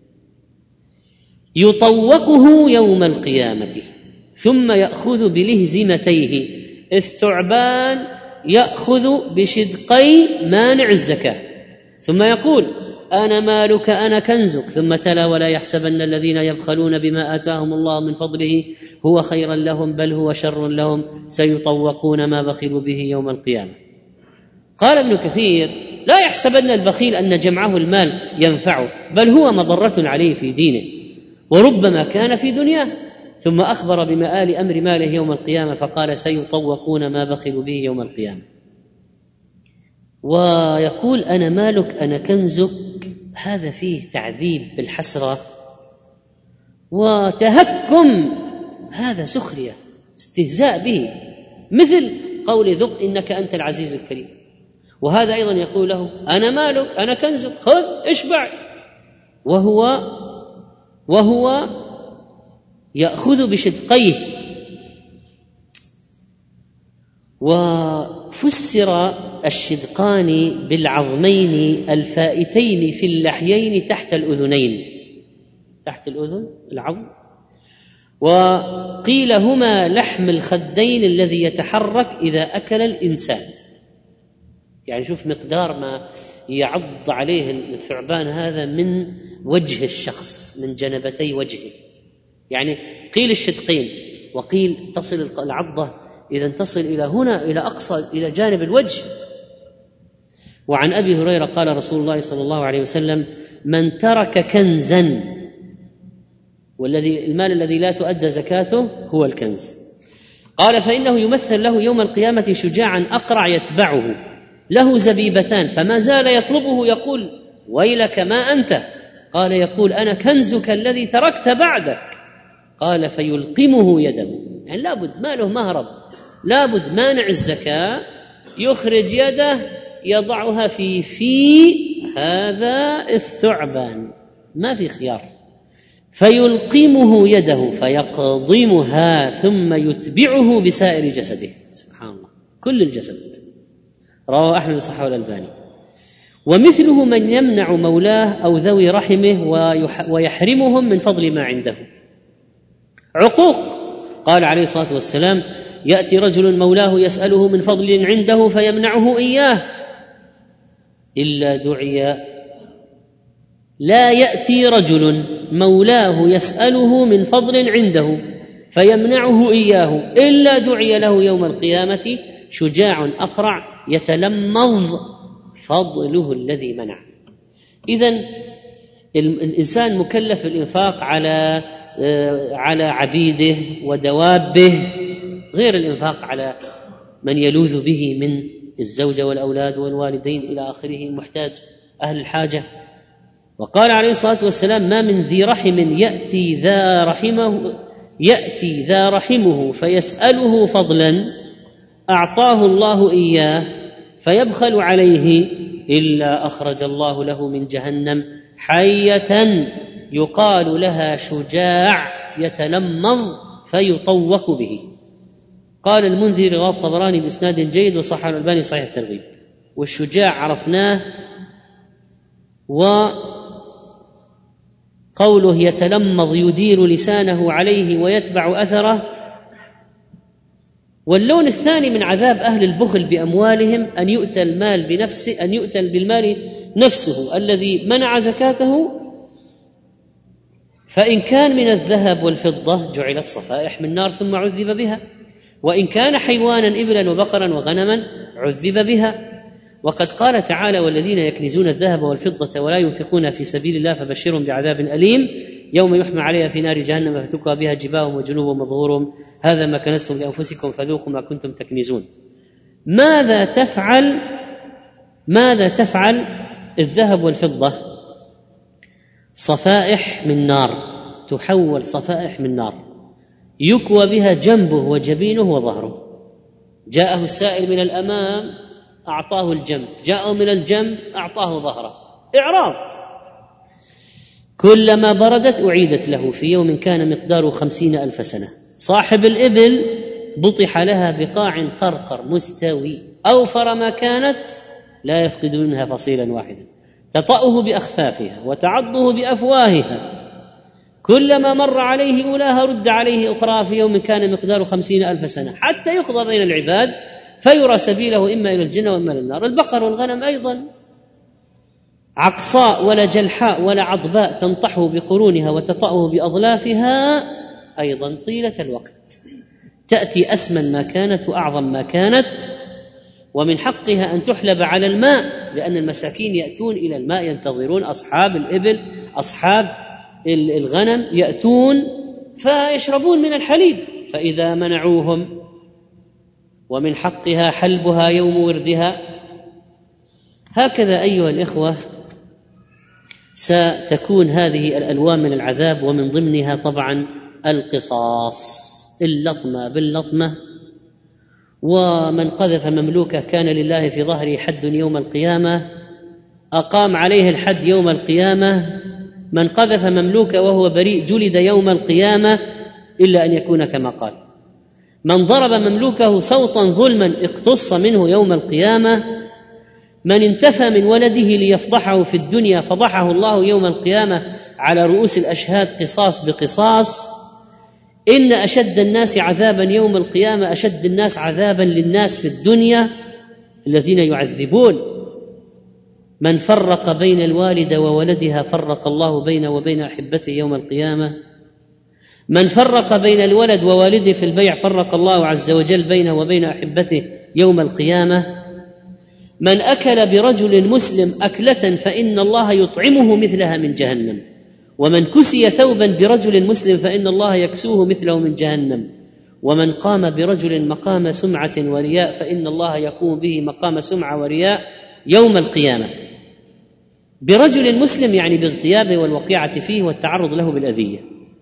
يطوقه يوم القيامة ثم يأخذ بلهزمتيه. الثعبان يأخذ بشدقي مانع الزكاة ثم يقول: أنا مالك أنا كنزك، ثم تلا: ولا يحسبن الذين يبخلون بما آتاهم الله من فضله هو خيرا لهم بل هو شر لهم سيطوقون ما بخلوا به يوم القيامة. قال ابن كثير: لا يحسبن البخيل أن جمعه المال ينفعه، بل هو مضرة عليه في دينه وربما كان في دنياه. ثم أخبر بمآل أمر ماله يوم القيامة فقال: سيطوقون ما بخلوا به يوم القيامة. ويقول: أنا مالك أنا كنزك، هذا فيه تعذيب بالحسرة وتهكم، هذا سخرية استهزاء به، مثل قول ذق إنك أنت العزيز الكريم. وهذا أيضا يقول له: أنا مالك أنا كنزك، خذ اشبع، وهو وهو يأخذ بشدقيه. وفسر الشدقان بالعظمين الفائتين في اللحيين تحت الأذنين، تحت الأذن العظم، وقيل هما لحم الخدين الذي يتحرك إذا أكل الإنسان. يعني شوف مقدار ما يعض عليه الثعبان هذا من وجه الشخص، من جنبتي وجهه، يعني قيل الشدقين وقيل تصل العضة إذا تصل إلى هنا إلى أقصى إلى جانب الوجه. وعن أبي هريرة قال رسول الله صلى الله عليه وسلم: من ترك كنزا، والذي المال الذي لا تؤدى زكاته هو الكنز، قال: فإنه يمثل له يوم القيامة شجاعا أقرع يتبعه له زبيبتان، فما زال يطلبه يقول: ويلك ما أنت؟ قال: يقول: أنا كنزك الذي تركت بعدك. قال: فيلقمه يده، يعني لابد ماله مهرب، لابد مانع الزكاة يخرج يده يضعها في في هذا الثعبان، ما في خيار، فيلقمه يده فيقضمها ثم يتبعه بسائر جسده. سبحان الله، كل الجسد. رواه أحمد صححه الألباني. ومثله من يمنع مولاه أو ذوي رحمه ويحرمهم من فضل ما عنده. عقوق، قال عليه الصلاة والسلام: يأتي رجل مولاه يسأله من فضل عنده فيمنعه إياه إلا دعي لا يأتي رجل مولاه يسأله من فضل عنده فيمنعه إياه إلا دعي له يوم القيامة شجاع أقرع يتلمظ فضله الذي منع. إذن الإنسان مكلف بالإنفاق على على عبيده ودوابه، غير الإنفاق على من يلوذ به من الزوجة والأولاد والوالدين إلى آخره، محتاج أهل الحاجة. وقال عليه الصلاة والسلام: ما من ذي رحم يأتي ذا رحمه يأتي ذا رحمه فيسأله فضلا أعطاه الله إياه فيبخل عليه إلا أخرج الله له من جهنم حية يقال لها شجاع يتلمظ فيطوق به. قال المنذر: رواه الطبراني بإسناد جيد وصححه الألباني صحيح الترغيب. والشجاع عرفناه، وقوله يتلمظ يدير لسانه عليه ويتبع أثره. واللون الثاني من عذاب أهل البخل بأموالهم أن يؤتى المال بنفسه أن يؤتى بالمال نفسه الذي منع زكاته، فإن كان من الذهب والفضة جعلت صفائح من نار ثم عذب بها، وإن كان حيوانا إبلا وبقرا وغنما عذب بها. وقد قال تعالى: والذين يكنزون الذهب والفضة ولا ينفقون في سبيل الله فبشرهم بعذاب أليم يوم يحمى عليها في نار جهنم فتكوى بها جباههم وجنوبهم وظهورهم هذا ما كنزتم لأنفسكم فذوقوا ما كنتم تكنزون. ماذا تفعل ماذا تفعل الذهب والفضة؟ صفائح من نار، تحول صفائح من نار يكوى بها جنبه وجبينه وظهره. جاءه السائل من الأمام أعطاه الجنب، جاءه من الجنب أعطاه ظهره، إعراض. كلما بردت أعيدت له في يوم كان مقداره خمسين ألف سنة. صاحب الإبل بطح لها بقاع قرقر مستوي أوفر ما كانت لا يفقد منها فصيلا واحدا، تطأه بأخفافها وتعضه بأفواهها، كلما مر عليه أولاها رد عليه أخرى في يوم كان مقداره خمسين ألف سنة، حتى يقضى بين العباد فيرى سبيله إما إلى الجنة وإما إلى النار. البقر والغنم أيضا عقصاء ولا جلحاء ولا عضباء تنطحه بقرونها وتطأه بأظلافها أيضا طيلة الوقت، تأتي أسمن ما كانت وأعظم ما كانت، ومن حقها أن تحلب على الماء، لأن المساكين يأتون إلى الماء ينتظرون، أصحاب الإبل أصحاب الغنم يأتون فيشربون من الحليب، فإذا منعوهم ومن حقها حلبها يوم وردها. هكذا أيها الإخوة ستكون هذه الألوان من العذاب، ومن ضمنها طبعا القصاص، اللطمة باللطمة. ومن قذف مملوكه كان لله في ظهره حد يوم القيامة أقام عليه الحد يوم القيامة. من قذف مملوكه وهو بريء جلد يوم القيامة إلا أن يكون كما قال. من ضرب مملوكه صوتا ظلما اقتص منه يوم القيامة. من انتفى من ولده ليفضحه في الدنيا فضحه الله يوم القيامة على رؤوس الأشهاد قصاص بقصاص. إن أشد الناس عذابا يوم القيامة أشد الناس عذابا للناس في الدنيا الذين يعذبون. من فرق بين الوالدة وولدها فرق الله بينه وبين أحبته يوم القيامة. من فرق بين الولد ووالده في البيع فرق الله عز وجل بينه وبين أحبته يوم القيامة. من أكل برجل مسلم أكلة فإن الله يطعمه مثلها من جهنم، ومن كسي ثوبا برجل مسلم فإن الله يكسوه مثله من جهنم، ومن قام برجل مقام سمعة ورياء فإن الله يقوم به مقام سمعة ورياء يوم القيامة. برجل مسلم يعني باغتيابه والوقيعة فيه والتعرض له بالأذية.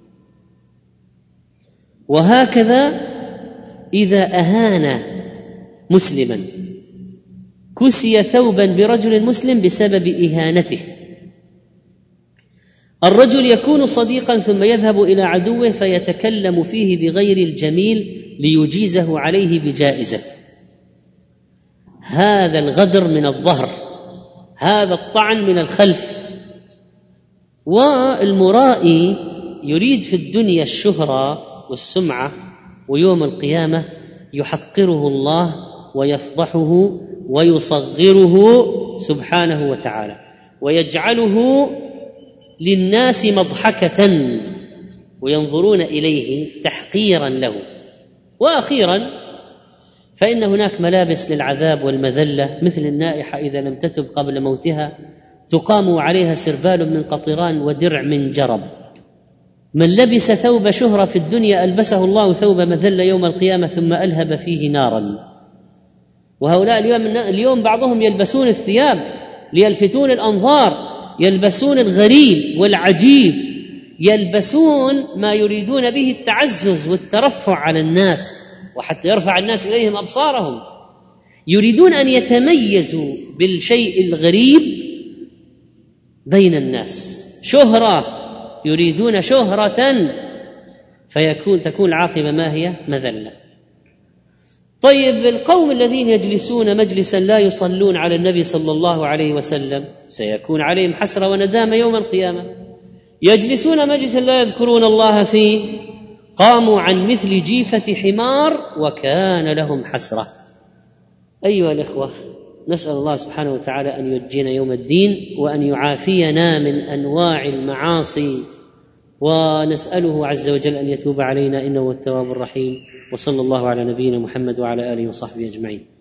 وهكذا إذا أهان مسلما كسي ثوبا برجل مسلم بسبب إهانته. الرجل يكون صديقا ثم يذهب إلى عدوه فيتكلم فيه بغير الجميل ليجيزه عليه بجائزة. هذا الغدر من الظهر، هذا الطعن من الخلف. والمرائي يريد في الدنيا الشهرة والسمعة، ويوم القيامة يحقره الله ويفضحه ويصغره سبحانه وتعالى، ويجعله للناس مضحكة وينظرون إليه تحقيرا له. وأخيرا فإن هناك ملابس للعذاب والمذلة، مثل النائحة إذا لم تتب قبل موتها تقام عليها سربال من قطران ودرع من جرب. من لبس ثوب شهرة في الدنيا ألبسه الله ثوب مذلة يوم القيامة ثم ألهب فيه نارا. وهؤلاء اليوم, اليوم بعضهم يلبسون الثياب ليلفتون الأنظار، يلبسون الغريب والعجيب، يلبسون ما يريدون به التعزز والترفع على الناس وحتى يرفع الناس إليهم أبصارهم. يريدون أن يتميزوا بالشيء الغريب بين الناس، شهرة، يريدون شهرة، فيكون تكون العاقبة ما هي؟ مذلة. طيب القوم الذين يجلسون مجلسا لا يصلون على النبي صلى الله عليه وسلم سيكون عليهم حسرة وندامة يوم القيامة. يجلسون مجلسا لا يذكرون الله فيه قاموا عن مثل جيفة حمار وكان لهم حسرة. أيها الإخوة، نسأل الله سبحانه وتعالى أن ينجينا يوم الدين وأن يعافينا من أنواع المعاصي، ونسأله عز وجل أن يتوب علينا إنه هو التواب الرحيم. وصلى الله على نبينا محمد وعلى آله وصحبه أجمعين.